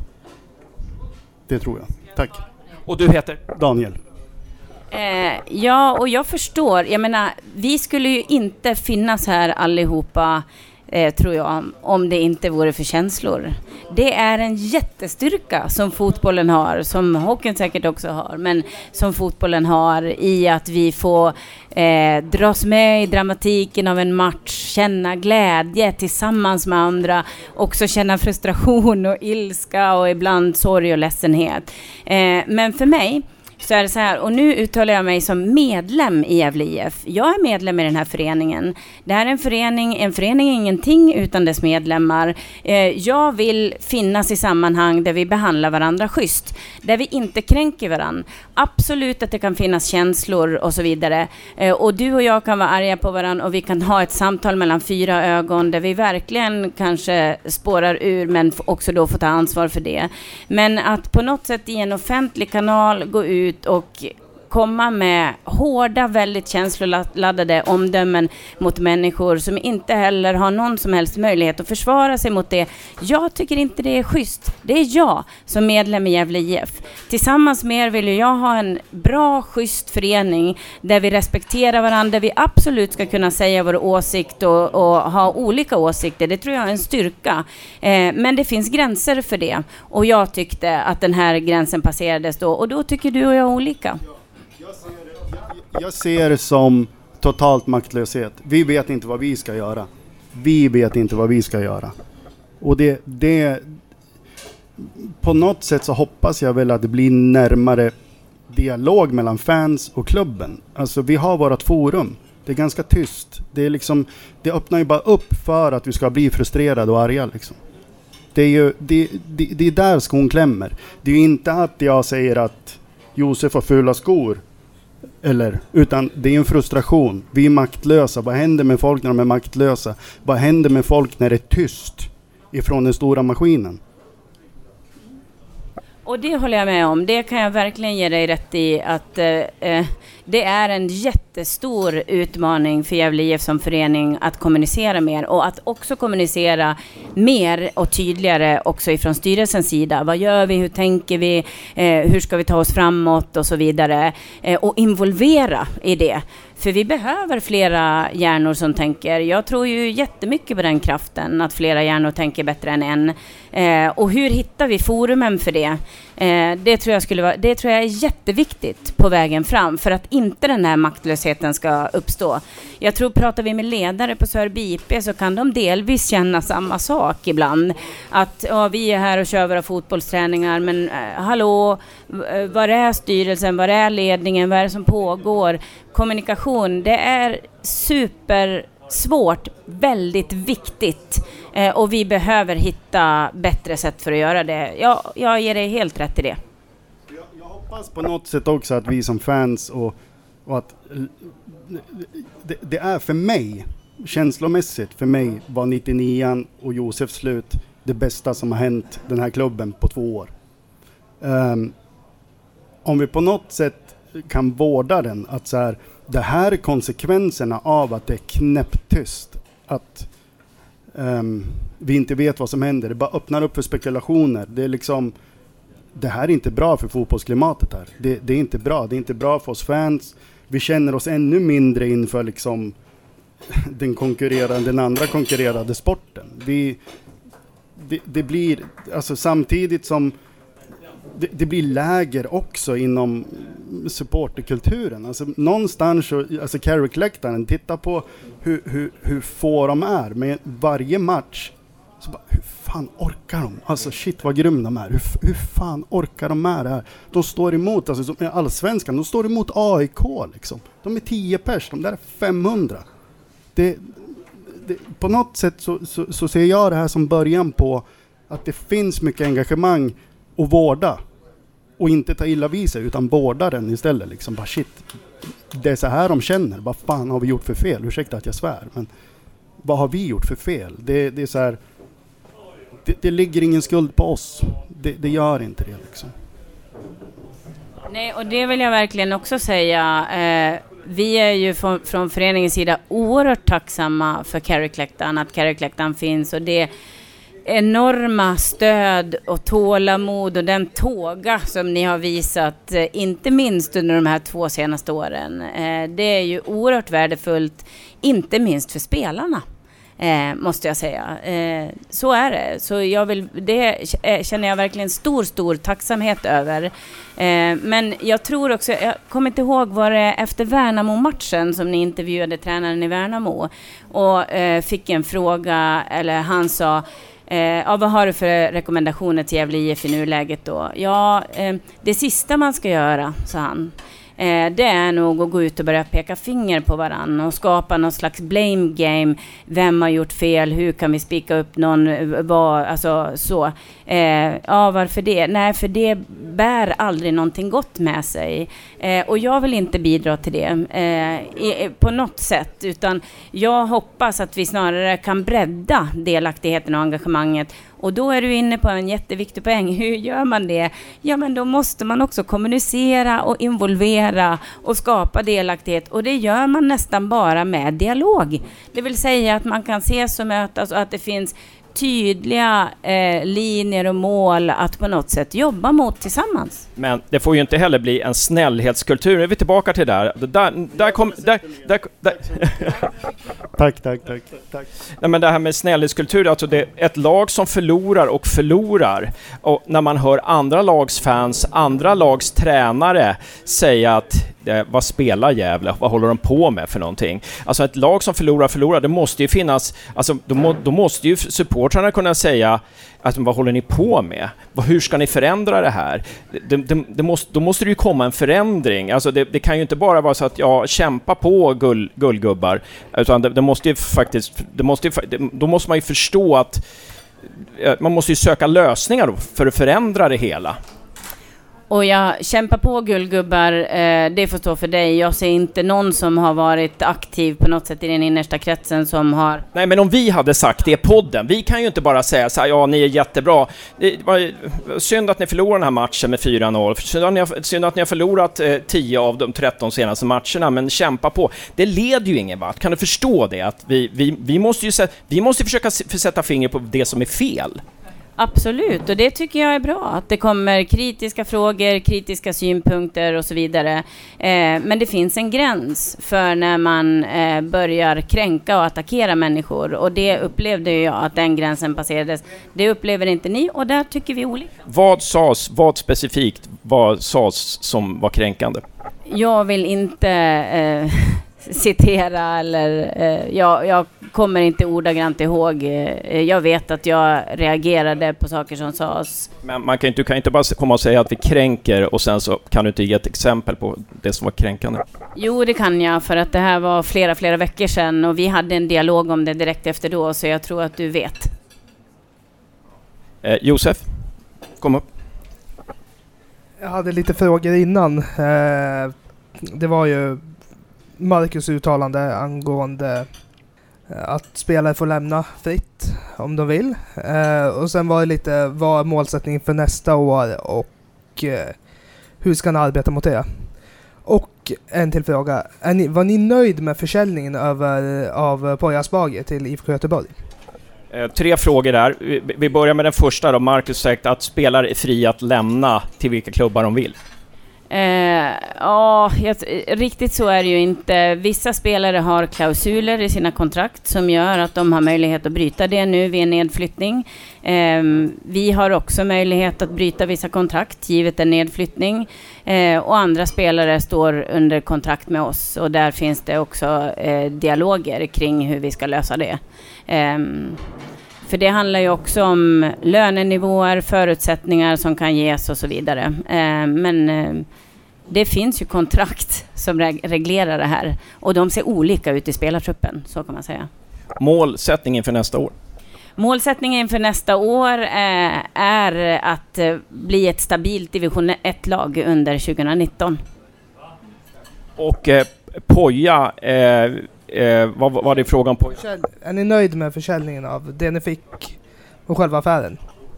Det tror jag. Tack. Och du heter? Daniel. Eh, ja, och jag förstår. Jag menar, vi skulle ju inte finnas här allihopa, eh, tror jag, om det inte vore för känslor. Det är en jättestyrka som fotbollen har, som hockeyn säkert också har, men som fotbollen har i att vi får eh, dras med i dramatiken av en match, känna glädje tillsammans med andra, också känna frustration och ilska och ibland sorg och ledsenhet. Eh, men för mig så är det så här, och nu uttalar jag mig som medlem i Gävle I F. Jag är medlem i den här föreningen. Det här är en förening, en förening är ingenting utan dess medlemmar. Eh, jag vill finnas i sammanhang där vi behandlar varandra schysst, där vi inte kränker varandra. Absolut att det kan finnas känslor och så vidare. Eh, och du och jag kan vara arga på varandra, och vi kan ha ett samtal mellan fyra ögon där vi verkligen kanske spårar ur, men också då får ta ansvar för det. Men att på något sätt i en offentlig kanal gå ut och komma med hårda, väldigt känsloladdade omdömen mot människor som inte heller har någon som helst möjlighet att försvara sig mot det. Jag tycker inte det är schysst. Det är jag som medlem i Gävle I F. Tillsammans med er vill jag ha en bra, schysst förening där vi respekterar varandra, där vi absolut ska kunna säga vår åsikt och, och ha olika åsikter. Det tror jag är en styrka. Eh, men det finns gränser för det. Och jag tyckte att den här gränsen passerades då. Och då tycker du och jag olika. Jag ser det som totalt maktlöshet. Vi vet inte vad vi ska göra. Vi vet inte vad vi ska göra. Och det, det på något sätt så hoppas jag väl att det blir närmare dialog mellan fans och klubben. Alltså vi har vårt forum. Det är ganska tyst. Det är liksom, det öppnar ju bara upp för att vi ska bli frustrerade och arga liksom. Det är ju det, det, det är där skon klämmer. Det är ju inte att jag säger att Josef har fula skor. Eller, utan det är en frustration. Vi är maktlösa. Vad händer med folk när de är maktlösa? Vad händer med folk när det är tyst ifrån den stora maskinen? Och det håller jag med om. Det kan jag verkligen ge dig rätt i, att eh, det är en jättestor utmaning för Gävle I F som förening att kommunicera mer, och att också kommunicera mer och tydligare också ifrån styrelsens sida. Vad gör vi? Hur tänker vi? Eh, hur ska vi ta oss framåt och så vidare? Eh, och involvera i det. För vi behöver flera hjärnor som tänker. Jag tror ju jättemycket på den kraften, att flera hjärnor tänker bättre än en. Eh, och hur hittar vi forumen för det? Eh, det, tror jag skulle vara, det tror jag är jätteviktigt på vägen fram för att inte den här maktlösheten ska uppstå. Jag tror, pratar vi med ledare på Sörby I P så kan de delvis känna samma sak ibland. Att ja, vi är här och kör våra fotbollsträningar, men eh, hallå, var är styrelsen, var är ledningen, vad är det som pågår? Kommunikation, det är super svårt, väldigt viktigt eh, och vi behöver hitta bättre sätt för att göra det. Jag, jag ger dig helt rätt i det. Jag, jag hoppas på något sätt också att vi som fans och, och att det, det är för mig, känslomässigt för mig, var nittionio och Josefs slut det bästa som har hänt den här klubben på två år. Um, om vi på något sätt kan vårda den, att så här, det här är konsekvenserna av att det är knäpptyst, att um, vi inte vet vad som händer. Det bara öppnar upp för spekulationer. Det är liksom, det här är inte bra för fotbollsklimatet här. Det, det är inte bra. Det är inte bra för oss fans. Vi känner oss ännu mindre inför liksom den konkurrerande, den andra konkurrerande sporten. Vi, det, det blir, alltså samtidigt som Det, det blir läger också inom supporterkulturen. Alltså någonstans, så, alltså Carrick-läktaren, titta på hur, hur, hur få de är. Men varje match, så bara, hur fan orkar de? Alltså shit vad grym de är. Hur, hur fan orkar de med det här? De står emot, alltså som allsvenskan, de står emot A I K liksom. De är tio pers, de där är femhundra. Det, det, på något sätt så, så, så ser jag det här som början på att det finns mycket engagemang och vårda. Och inte ta illa vid sig, utan vårda den istället. Liksom bara shit, det är så här de känner. Vad fan har vi gjort för fel? Ursäkta att jag svär, men vad har vi gjort för fel? Det, det är så här, det, det ligger ingen skuld på oss. Det, det gör inte det liksom. Nej, och det vill jag verkligen också säga. Eh, vi är ju från, från föreningens sida oerhört tacksamma för Carrick-läktaren, att Carrick-läktaren finns, och det enorma stöd och tålamod och den tåga som ni har visat, eh, inte minst under de här två senaste åren. Eh, det är ju oerhört värdefullt, inte minst för spelarna. Eh, måste jag säga. Eh, så är det. Så jag vill, det känner jag verkligen stor, stor tacksamhet över. Eh, men jag tror också, jag kommer inte ihåg, var det efter Värnamo-matchen som ni intervjuade tränaren i Värnamo och eh, fick en fråga, eller han sa, Eh, ja, vad har du för rekommendationer till Gävle I F i nuläget då? Ja, eh, det sista man ska göra, sa han, eh, det är nog att gå ut och börja peka finger på varann och skapa någon slags blame game. Vem har gjort fel? Hur kan vi spika upp någon? Vad, alltså så. Eh, ja, varför det? Nej, för det bär aldrig någonting gott med sig. Eh, och jag vill inte bidra till det eh, i, på något sätt, utan jag hoppas att vi snarare kan bredda delaktigheten och engagemanget. Och då är du inne på en jätteviktig poäng. Hur gör man det? Ja, men då måste man också kommunicera och involvera och skapa delaktighet. Och det gör man nästan bara med dialog. Det vill säga att man kan ses och mötas och att det finns tydliga eh, linjer och mål att på något sätt jobba mot tillsammans. Men det får ju inte heller bli en snällhetskultur. Nu är vi tillbaka till det där. Där, där kom... Där, där, där. Tack, tack, tack, tack. Nej, men det här med snällhetskultur, alltså det är ett lag som förlorar och förlorar. Och när man hör andra lags fans, andra lags tränare säga att eh, vad spelar Gävle? Vad håller de på med för någonting? Alltså ett lag som förlorar förlorar, det måste ju finnas, alltså då, må, då måste ju supportrarna kunna säga att vad håller ni på med? Hur ska ni förändra det här? Det, det, det måste, då måste det ju komma en förändring. Alltså det, det kan ju inte bara vara så att ja, kämpa på gull, gullgubbar, utan det, det måste ju faktiskt, det måste ju, då måste man ju förstå att man måste ju söka lösningar för att förändra det hela. Och jag kämpar på gullgubbar, eh, det får stå för dig. Jag ser inte någon som har varit aktiv på något sätt i den innersta kretsen som har... Nej, men om vi hade sagt det i podden, vi kan ju inte bara säga så här, ja, ni är jättebra. Det var synd att ni förlorar den här matchen med fyra noll. Synd att ni har, synd att ni har förlorat eh, tio av de tretton senaste matcherna, men kämpa på. Det leder ju ingen vart. Kan du förstå det? Att vi, vi, vi måste ju sätta, vi måste försöka sätta finger på det som är fel. Absolut, och det tycker jag är bra. Att det kommer kritiska frågor, kritiska synpunkter och så vidare. Eh, men det finns en gräns för när man eh, börjar kränka och attackera människor. Och det upplevde jag att den gränsen passerades. Det upplever inte ni, och där tycker vi olika. Vad sades, vad specifikt, vad sades som var kränkande? Jag vill inte eh, citera eller eh, jag, jag kommer inte ordagrant ihåg. Eh, jag vet att jag reagerade på saker som sades. Men man kan inte, du kan inte bara komma och säga att vi kränker och sen så kan du inte ge ett exempel på det som var kränkande. Jo, det kan jag, för att det här var flera, flera veckor sedan och vi hade en dialog om det direkt efter då, så jag tror att du vet. Eh, Josef, kom upp. Jag hade lite frågor innan. Eh, det var ju Marcus uttalande angående att spelare får lämna fritt om de vill. Eh, och sen var det lite vad målsättningen för nästa år och eh, hur ska ni arbeta mot det? Och en till fråga. Är ni, var ni nöjd med försäljningen över, av Poya Asbaghi till I F K Göteborg? Eh, tre frågor där. Vi, vi börjar med den första då. Marcus sagt att spelare är fria att lämna till vilka klubbar de vill. Eh, ja, jag, riktigt så är det ju inte. Vissa spelare har klausuler i sina kontrakt som gör att de har möjlighet att bryta det nu vid en nedflyttning. Eh, vi har också möjlighet att bryta vissa kontrakt givet en nedflyttning. Eh, och andra spelare står under kontrakt med oss, och där finns det också eh, dialoger kring hur vi ska lösa det. Eh, För det handlar ju också om lönenivåer, förutsättningar som kan ges och så vidare. Eh, men eh, det finns ju kontrakt som reg- reglerar det här. Och de ser olika ut i spelartruppen, så kan man säga. Målsättningen för nästa år? Målsättningen för nästa år eh, är att eh, bli ett stabilt division ett-lag under tjugonitton. Och eh, Poya... Eh, Eh, vad var det frågan på? Försäl- är ni nöjd med försäljningen av det ni fick och själva affären?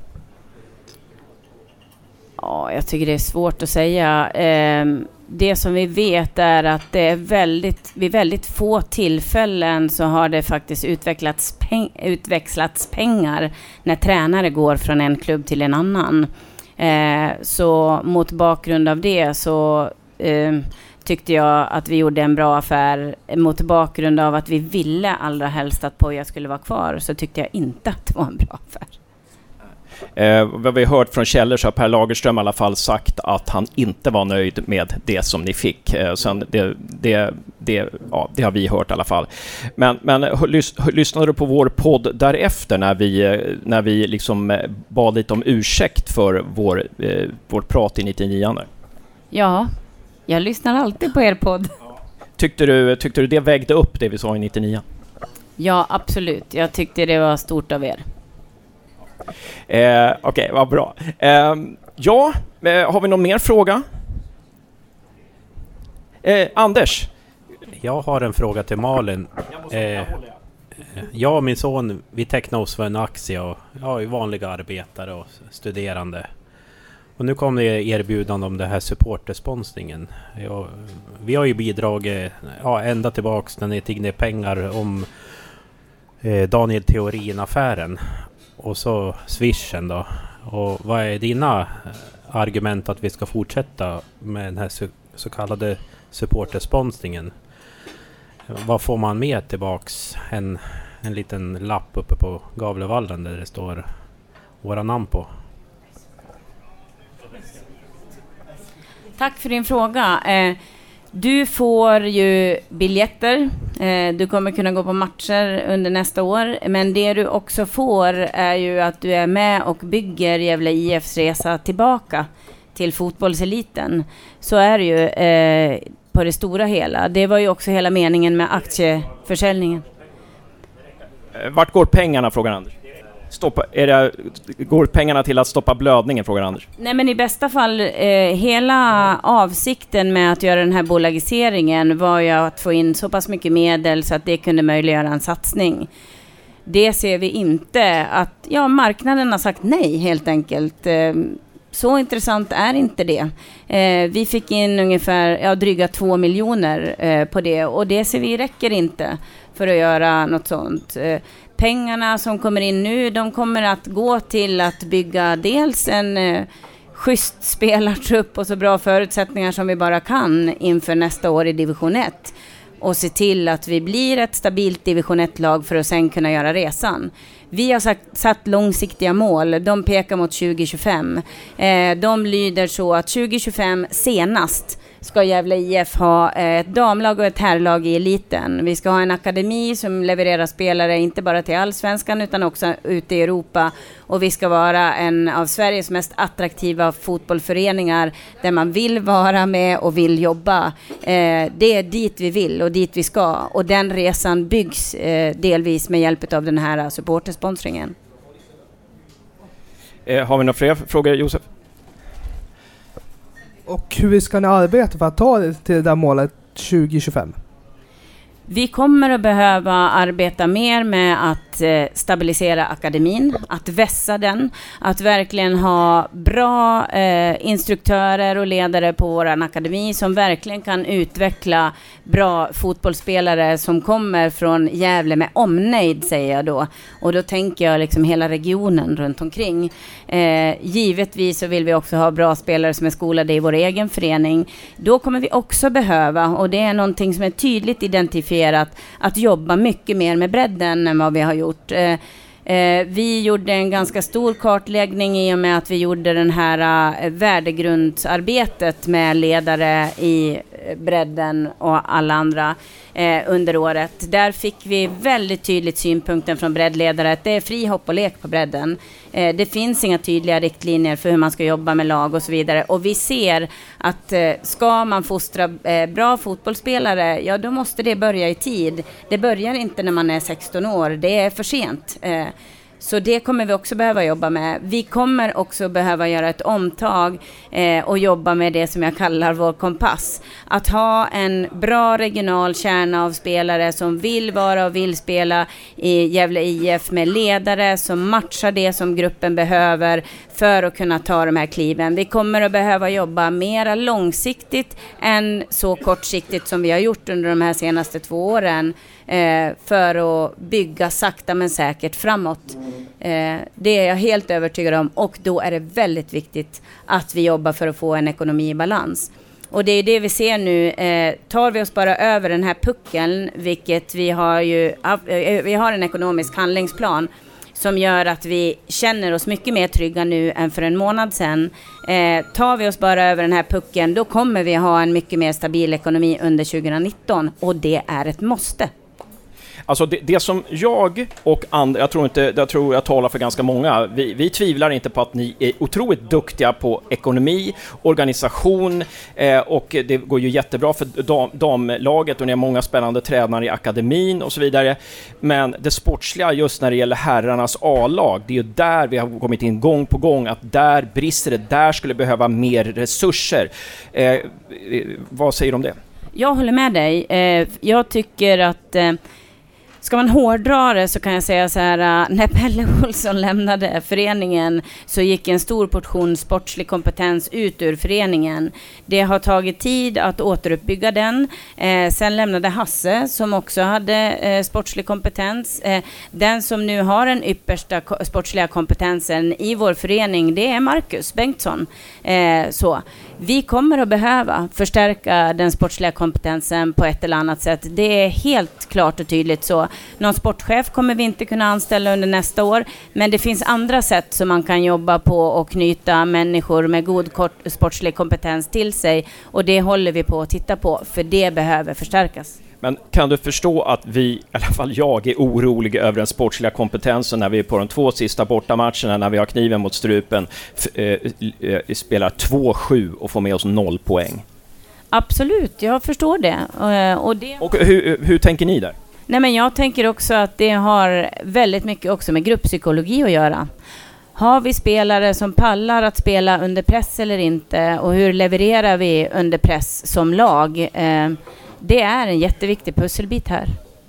Ja, jag tycker det är svårt att säga. Eh, det som vi vet är att det är väldigt, vid väldigt få tillfällen så har det faktiskt utvecklats, peng- utväxlats pengar när tränare går från en klubb till en annan. Eh, så mot bakgrund av det så... Eh, tyckte jag att vi gjorde en bra affär. Mot bakgrund av att vi ville allra helst att Poya skulle vara kvar, så tyckte jag inte att det var en bra affär. Eh, vad vi har hört från källor så har Per Lagerström i alla fall sagt att han inte var nöjd med det som ni fick. Eh, sen det, det, det, ja, det har vi hört i alla fall. Men, men lys, lyssnade du på vår podd därefter när vi, när vi liksom bad lite om ursäkt för vår, eh, vårt prat i nittionio? Ja, jag lyssnar alltid på er podd. Tyckte du, tyckte du det vägde upp det vi sa i nittionio? Ja, absolut. Jag tyckte det var stort av er. Eh, Okej, okay, vad bra. Eh, ja, eh, har vi någon mer fråga? Eh, Anders? Jag har en fråga till Malin. Eh, jag och min son, vi tecknade oss för en aktie och ja, är vanliga arbetare och studerande. Och nu kom det erbjudande om det här supportersponsringen. Ja, vi har ju bidragit ja, ända tillbaks när ni tog ner pengar om eh, Daniel Theorin-affären. Och så Swishen då. Och vad är dina argument att vi ska fortsätta med den här så, så kallade supportersponsringen? Vad får man med tillbaks? En, en liten lapp uppe på Gavlevallen där det står våra namn på. Tack för din fråga. Eh, du får ju biljetter. Eh, du kommer kunna gå på matcher under nästa år. Men det du också får är ju att du är med och bygger Gävle I F:s resa tillbaka till fotbollseliten. Så är det ju eh, på det stora hela. Det var ju också hela meningen med aktieförsäljningen. Vart går pengarna, frågar Anders? Stoppa, är det, går pengarna till att stoppa blödningen, frågar Anders? Nej, men i bästa fall, eh, hela avsikten med att göra den här bolagiseringen var ju att få in så pass mycket medel så att det kunde möjliggöra en satsning. Det ser vi inte att, ja, marknaden har sagt nej helt enkelt. Eh, så intressant är inte det. Eh, vi fick in ungefär ja, dryga två miljoner eh, på det, och det ser vi räcker inte för att göra något sånt. Eh, pengarna som kommer in nu, de kommer att gå till att bygga dels en eh, schysst spelartrupp och så bra förutsättningar som vi bara kan inför nästa år i division ett. Och se till att vi blir ett stabilt division ett-lag för att sen kunna göra resan. Vi har sagt, satt långsiktiga mål. De pekar mot tjugo tjugofem. Eh, de lyder så att tjugo tjugofem senast ska Gävle I F ha ett damlag och ett herrlag i eliten. Vi ska ha en akademi som levererar spelare inte bara till Allsvenskan utan också ute i Europa. Och vi ska vara en av Sveriges mest attraktiva fotbollsföreningar där man vill vara med och vill jobba. Eh, det är dit vi vill och dit vi ska. Och den resan byggs eh, delvis med hjälp av den här supportersponsringen. Eh, har vi några fler frågor, Josef? Och hur ska ni arbeta för att ta det till det där målet tjugo tjugofem? Vi kommer att behöva arbeta mer med att eh, stabilisera akademin, att vässa den, att verkligen ha bra eh, instruktörer och ledare på vår akademi som verkligen kan utveckla bra fotbollsspelare som kommer från Gävle med omnejd, säger jag då. Och då tänker jag liksom hela regionen runt omkring. Eh, givetvis så vill vi också ha bra spelare som är skolade i vår egen förening. Då kommer vi också behöva, och det är någonting som är tydligt identifierat, att jobba mycket mer med bredden än vad vi har gjort. Eh, eh, vi gjorde en ganska stor kartläggning i och med att vi gjorde den här eh, värdegrundsarbetet med ledare i bredden och alla andra eh, under året. Där fick vi väldigt tydligt synpunkten från breddledare att det är fri hopp och lek på bredden. Eh, det finns inga tydliga riktlinjer för hur man ska jobba med lag och så vidare. Och vi ser att eh, ska man fostra eh, bra fotbollsspelare, ja då måste det börja i tid. Det börjar inte när man är sexton år, det är för sent. Eh, Så det kommer vi också behöva jobba med. Vi kommer också behöva göra ett omtag eh, och jobba med det som jag kallar vår kompass. Att ha en bra regional kärna av spelare som vill vara och vill spela i Gävle I F med ledare som matchar det som gruppen behöver för att kunna ta de här kliven. Vi kommer att behöva jobba mera långsiktigt än så kortsiktigt som vi har gjort under de här senaste två åren. Eh, för att bygga sakta men säkert framåt. Eh, det är jag helt övertygad om, och då är det väldigt viktigt att vi jobbar för att få en ekonomi i balans. Och det är det vi ser nu. Eh, tar vi oss bara över den här puckeln, vilket vi har ju, eh, vi har en ekonomisk handlingsplan som gör att vi känner oss mycket mer trygga nu än för en månad sedan. Eh, tar vi oss bara över den här puckeln, då kommer vi ha en mycket mer stabil ekonomi under tjugonitton, och det är ett måste. Alltså det, det som jag och andra, jag tror inte, jag tror jag talar för ganska många, vi, vi tvivlar inte på att ni är otroligt duktiga på ekonomi, organisation eh, och det går ju jättebra för dam, damlaget och ni har många spännande tränare i akademin och så vidare. Men det sportsliga just när det gäller herrarnas A-lag, det är ju där vi har kommit in gång på gång, att där brister det, där skulle behöva mer resurser. Eh, vad säger du om det? Jag håller med dig. Eh, jag tycker att eh, ska man hårdra det så kan jag säga så här, när Pelle Olsson lämnade föreningen så gick en stor portion sportslig kompetens ut ur föreningen. Det har tagit tid att återuppbygga den. Eh, sen lämnade Hasse som också hade eh, sportslig kompetens. Eh, den som nu har den yppersta ko- sportsliga kompetensen i vår förening, det är Marcus Bengtsson. Eh, så. Vi kommer att behöva förstärka den sportsliga kompetensen på ett eller annat sätt. Det är helt klart och tydligt så. Någon sportchef kommer vi inte kunna anställa under nästa år, men det finns andra sätt som man kan jobba på och knyta människor med god kort, sportslig kompetens till sig, och det håller vi på att titta på, för det behöver förstärkas. Men kan du förstå att vi, i alla fall jag, är orolig över den sportsliga kompetensen när vi är på de två sista bortamatcherna, när vi har kniven mot strupen, f- äh, äh, spelar två sju och får med oss noll poäng? Absolut, jag förstår det. Och, det... och hur, hur tänker ni där? Nej, men jag tänker också att det har väldigt mycket också med grupppsykologi att göra. Har vi spelare som pallar att spela under press eller inte? Och hur levererar vi under press som lag? Eh, det är en jätteviktig pusselbit här.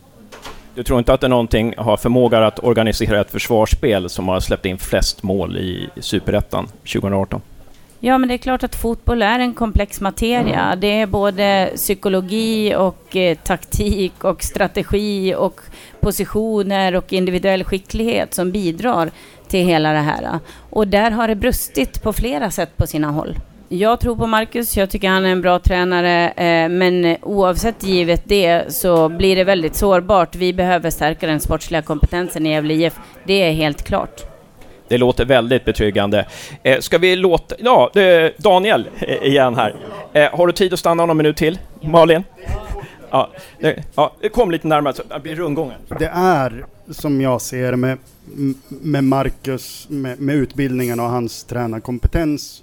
Du tror inte att det någonting har förmåga att organisera ett försvarsspel som har släppt in flest mål i Superettan tjugoarton? Ja, men det är klart att fotboll är en komplex materia. Mm. Det är både psykologi och eh, taktik och strategi och positioner och individuell skicklighet som bidrar till hela det här. Och där har det brustit på flera sätt på sina håll. Jag tror på Marcus, jag tycker han är en bra tränare, eh, men oavsett givet det så blir det väldigt sårbart. Vi behöver stärka den sportsliga kompetensen i Gävle I F, det är helt klart. Det låter väldigt betryggande. Eh, ska vi låta... Ja, eh, Daniel eh, igen här. Eh, har du tid att stanna någon minut till? Malin? Ja, det, ja, kom lite närmare så det blir rundgången. Det är, som jag ser med, med Marcus, med, med utbildningen och hans tränarkompetens,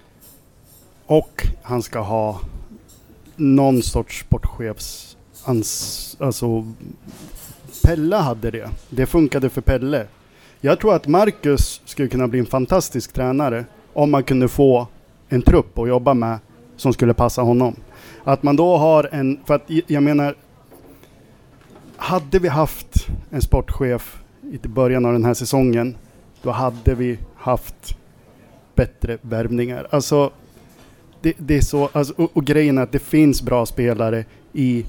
och han ska ha någon sorts sportchefs... Ans, alltså, Pelle hade det. Det funkade för Pelle. Jag tror att Marcus skulle kunna bli en fantastisk tränare om man kunde få en trupp att jobba med som skulle passa honom. Att man då har en... För att jag menar, hade vi haft en sportchef i början av den här säsongen, då hade vi haft bättre värvningar. Alltså, det, det är så... Alltså, och, och grejen är att det finns bra spelare i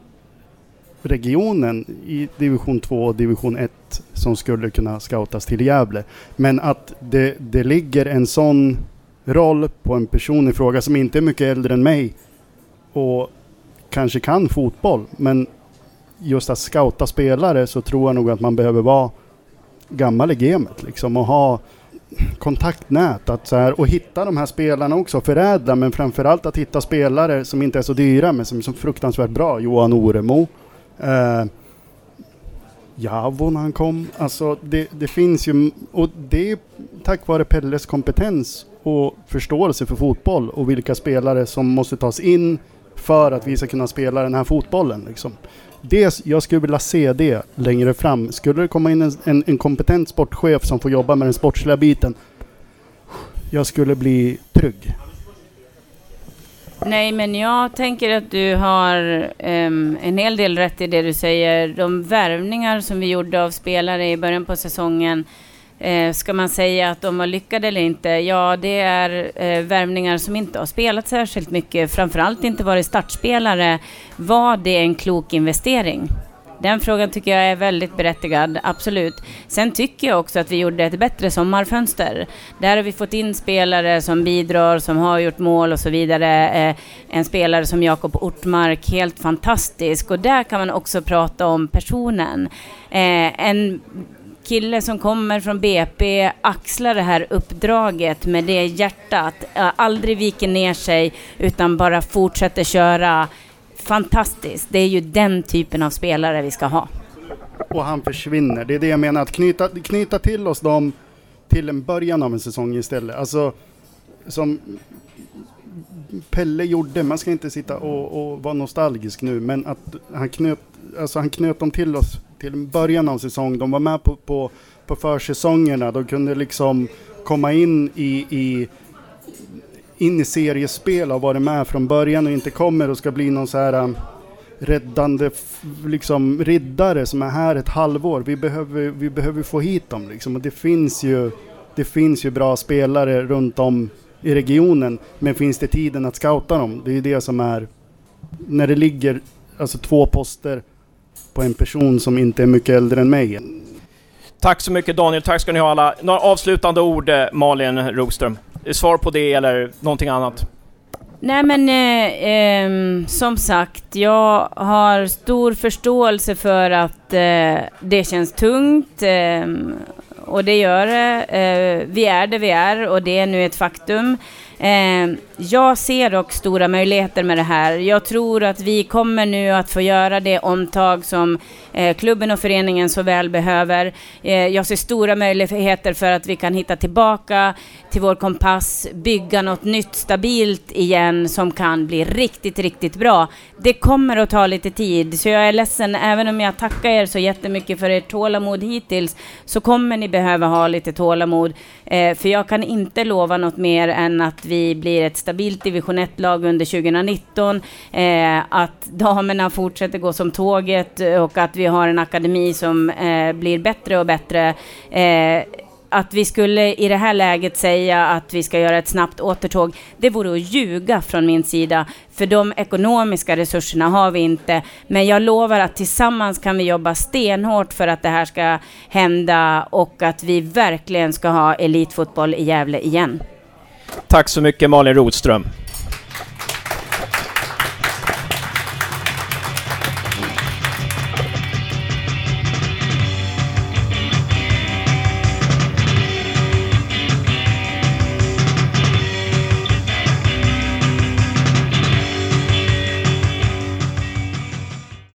regionen, i division två och division ett, som skulle kunna scoutas till Gävle. Men att det, det ligger en sån roll på en person i fråga som inte är mycket äldre än mig och kanske kan fotboll, men just att scouta spelare, så tror jag nog att man behöver vara gammal i gamet liksom, och ha kontaktnät att så här, och hitta de här spelarna också, förädla, men framförallt att hitta spelare som inte är så dyra men som är så fruktansvärt bra. Johan Oremo, Uh, Javo när han kom, alltså det, det finns ju, och det är tack vare Pelles kompetens och förståelse för fotboll och vilka spelare som måste tas in för att vi ska kunna spela den här fotbollen liksom. Det, jag skulle vilja se det längre fram. Skulle det komma in en, en, en kompetent sportchef som får jobba med den sportsliga biten, jag skulle bli trygg. Nej, men jag tänker att du har um, en hel del rätt i det du säger. De värvningar som vi gjorde av spelare i början på säsongen, eh, ska man säga att de var lyckade eller inte? Ja, det är eh, värvningar som inte har spelat särskilt mycket. Framförallt inte varit startspelare. Var det en klok investering? Den frågan tycker jag är väldigt berättigad, absolut. Sen tycker jag också att vi gjorde ett bättre sommarfönster. Där har vi fått in spelare som bidrar, som har gjort mål och så vidare. Eh, en spelare som Jakob Ortmark, helt fantastisk. Och där kan man också prata om personen. Eh, en kille som kommer från B P, axlar det här uppdraget med det hjärtat. Eh, aldrig viker ner sig utan bara fortsätter köra. Fantastiskt. Det är ju den typen av spelare vi ska ha. Och han försvinner. Det är det jag menar. Att knyta, knyta till oss dem till en början av en säsong istället. Alltså, som Pelle gjorde. Man ska inte sitta och, och vara nostalgisk nu. Men att han knöt, alltså han knöt dem till oss till en början av säsong. De var med på, på, på försäsongerna. De kunde liksom komma in i... i in i seriespel och varit med från början och inte kommer och ska bli någon så här um, räddande f- liksom riddare som är här ett halvår. Vi behöver, vi behöver få hit dem liksom. Och det finns ju det finns ju bra spelare runt om i regionen, men finns det tiden att scouta dem? Det är det som är, när det ligger alltså två poster på en person som inte är mycket äldre än mig. Tack så mycket Daniel, tack ska ni ha alla. Några avslutande ord, Malin Rogström. Svar på det eller någonting annat? Nej men eh, eh, som sagt, jag har stor förståelse för att eh, det känns tungt eh, och det gör det. Eh, vi är det vi är och det är nu ett faktum. Eh, jag ser dock stora möjligheter med det här. Jag tror att vi kommer nu att få göra det omtag som eh, klubben och föreningen så väl behöver. Eh, jag ser stora möjligheter för att vi kan hitta tillbaka till vår kompass, bygga något nytt stabilt igen som kan bli riktigt, riktigt bra. Det kommer att ta lite tid, så jag är ledsen, även om jag tackar er så jättemycket för ert tålamod hittills, så kommer ni behöva ha lite tålamod. Eh, för jag kan inte lova något mer än att vi blir ett stabilt division ett-lag under tjugonitton, eh, att damerna fortsätter gå som tåget och att vi har en akademi som eh, blir bättre och bättre. Eh, att vi skulle i det här läget säga att vi ska göra ett snabbt återtåg, det vore att ljuga från min sida. För de ekonomiska resurserna har vi inte. Men jag lovar att tillsammans kan vi jobba stenhårt för att det här ska hända och att vi verkligen ska ha elitfotboll i Gävle igen. Tack så mycket Malin Rotström.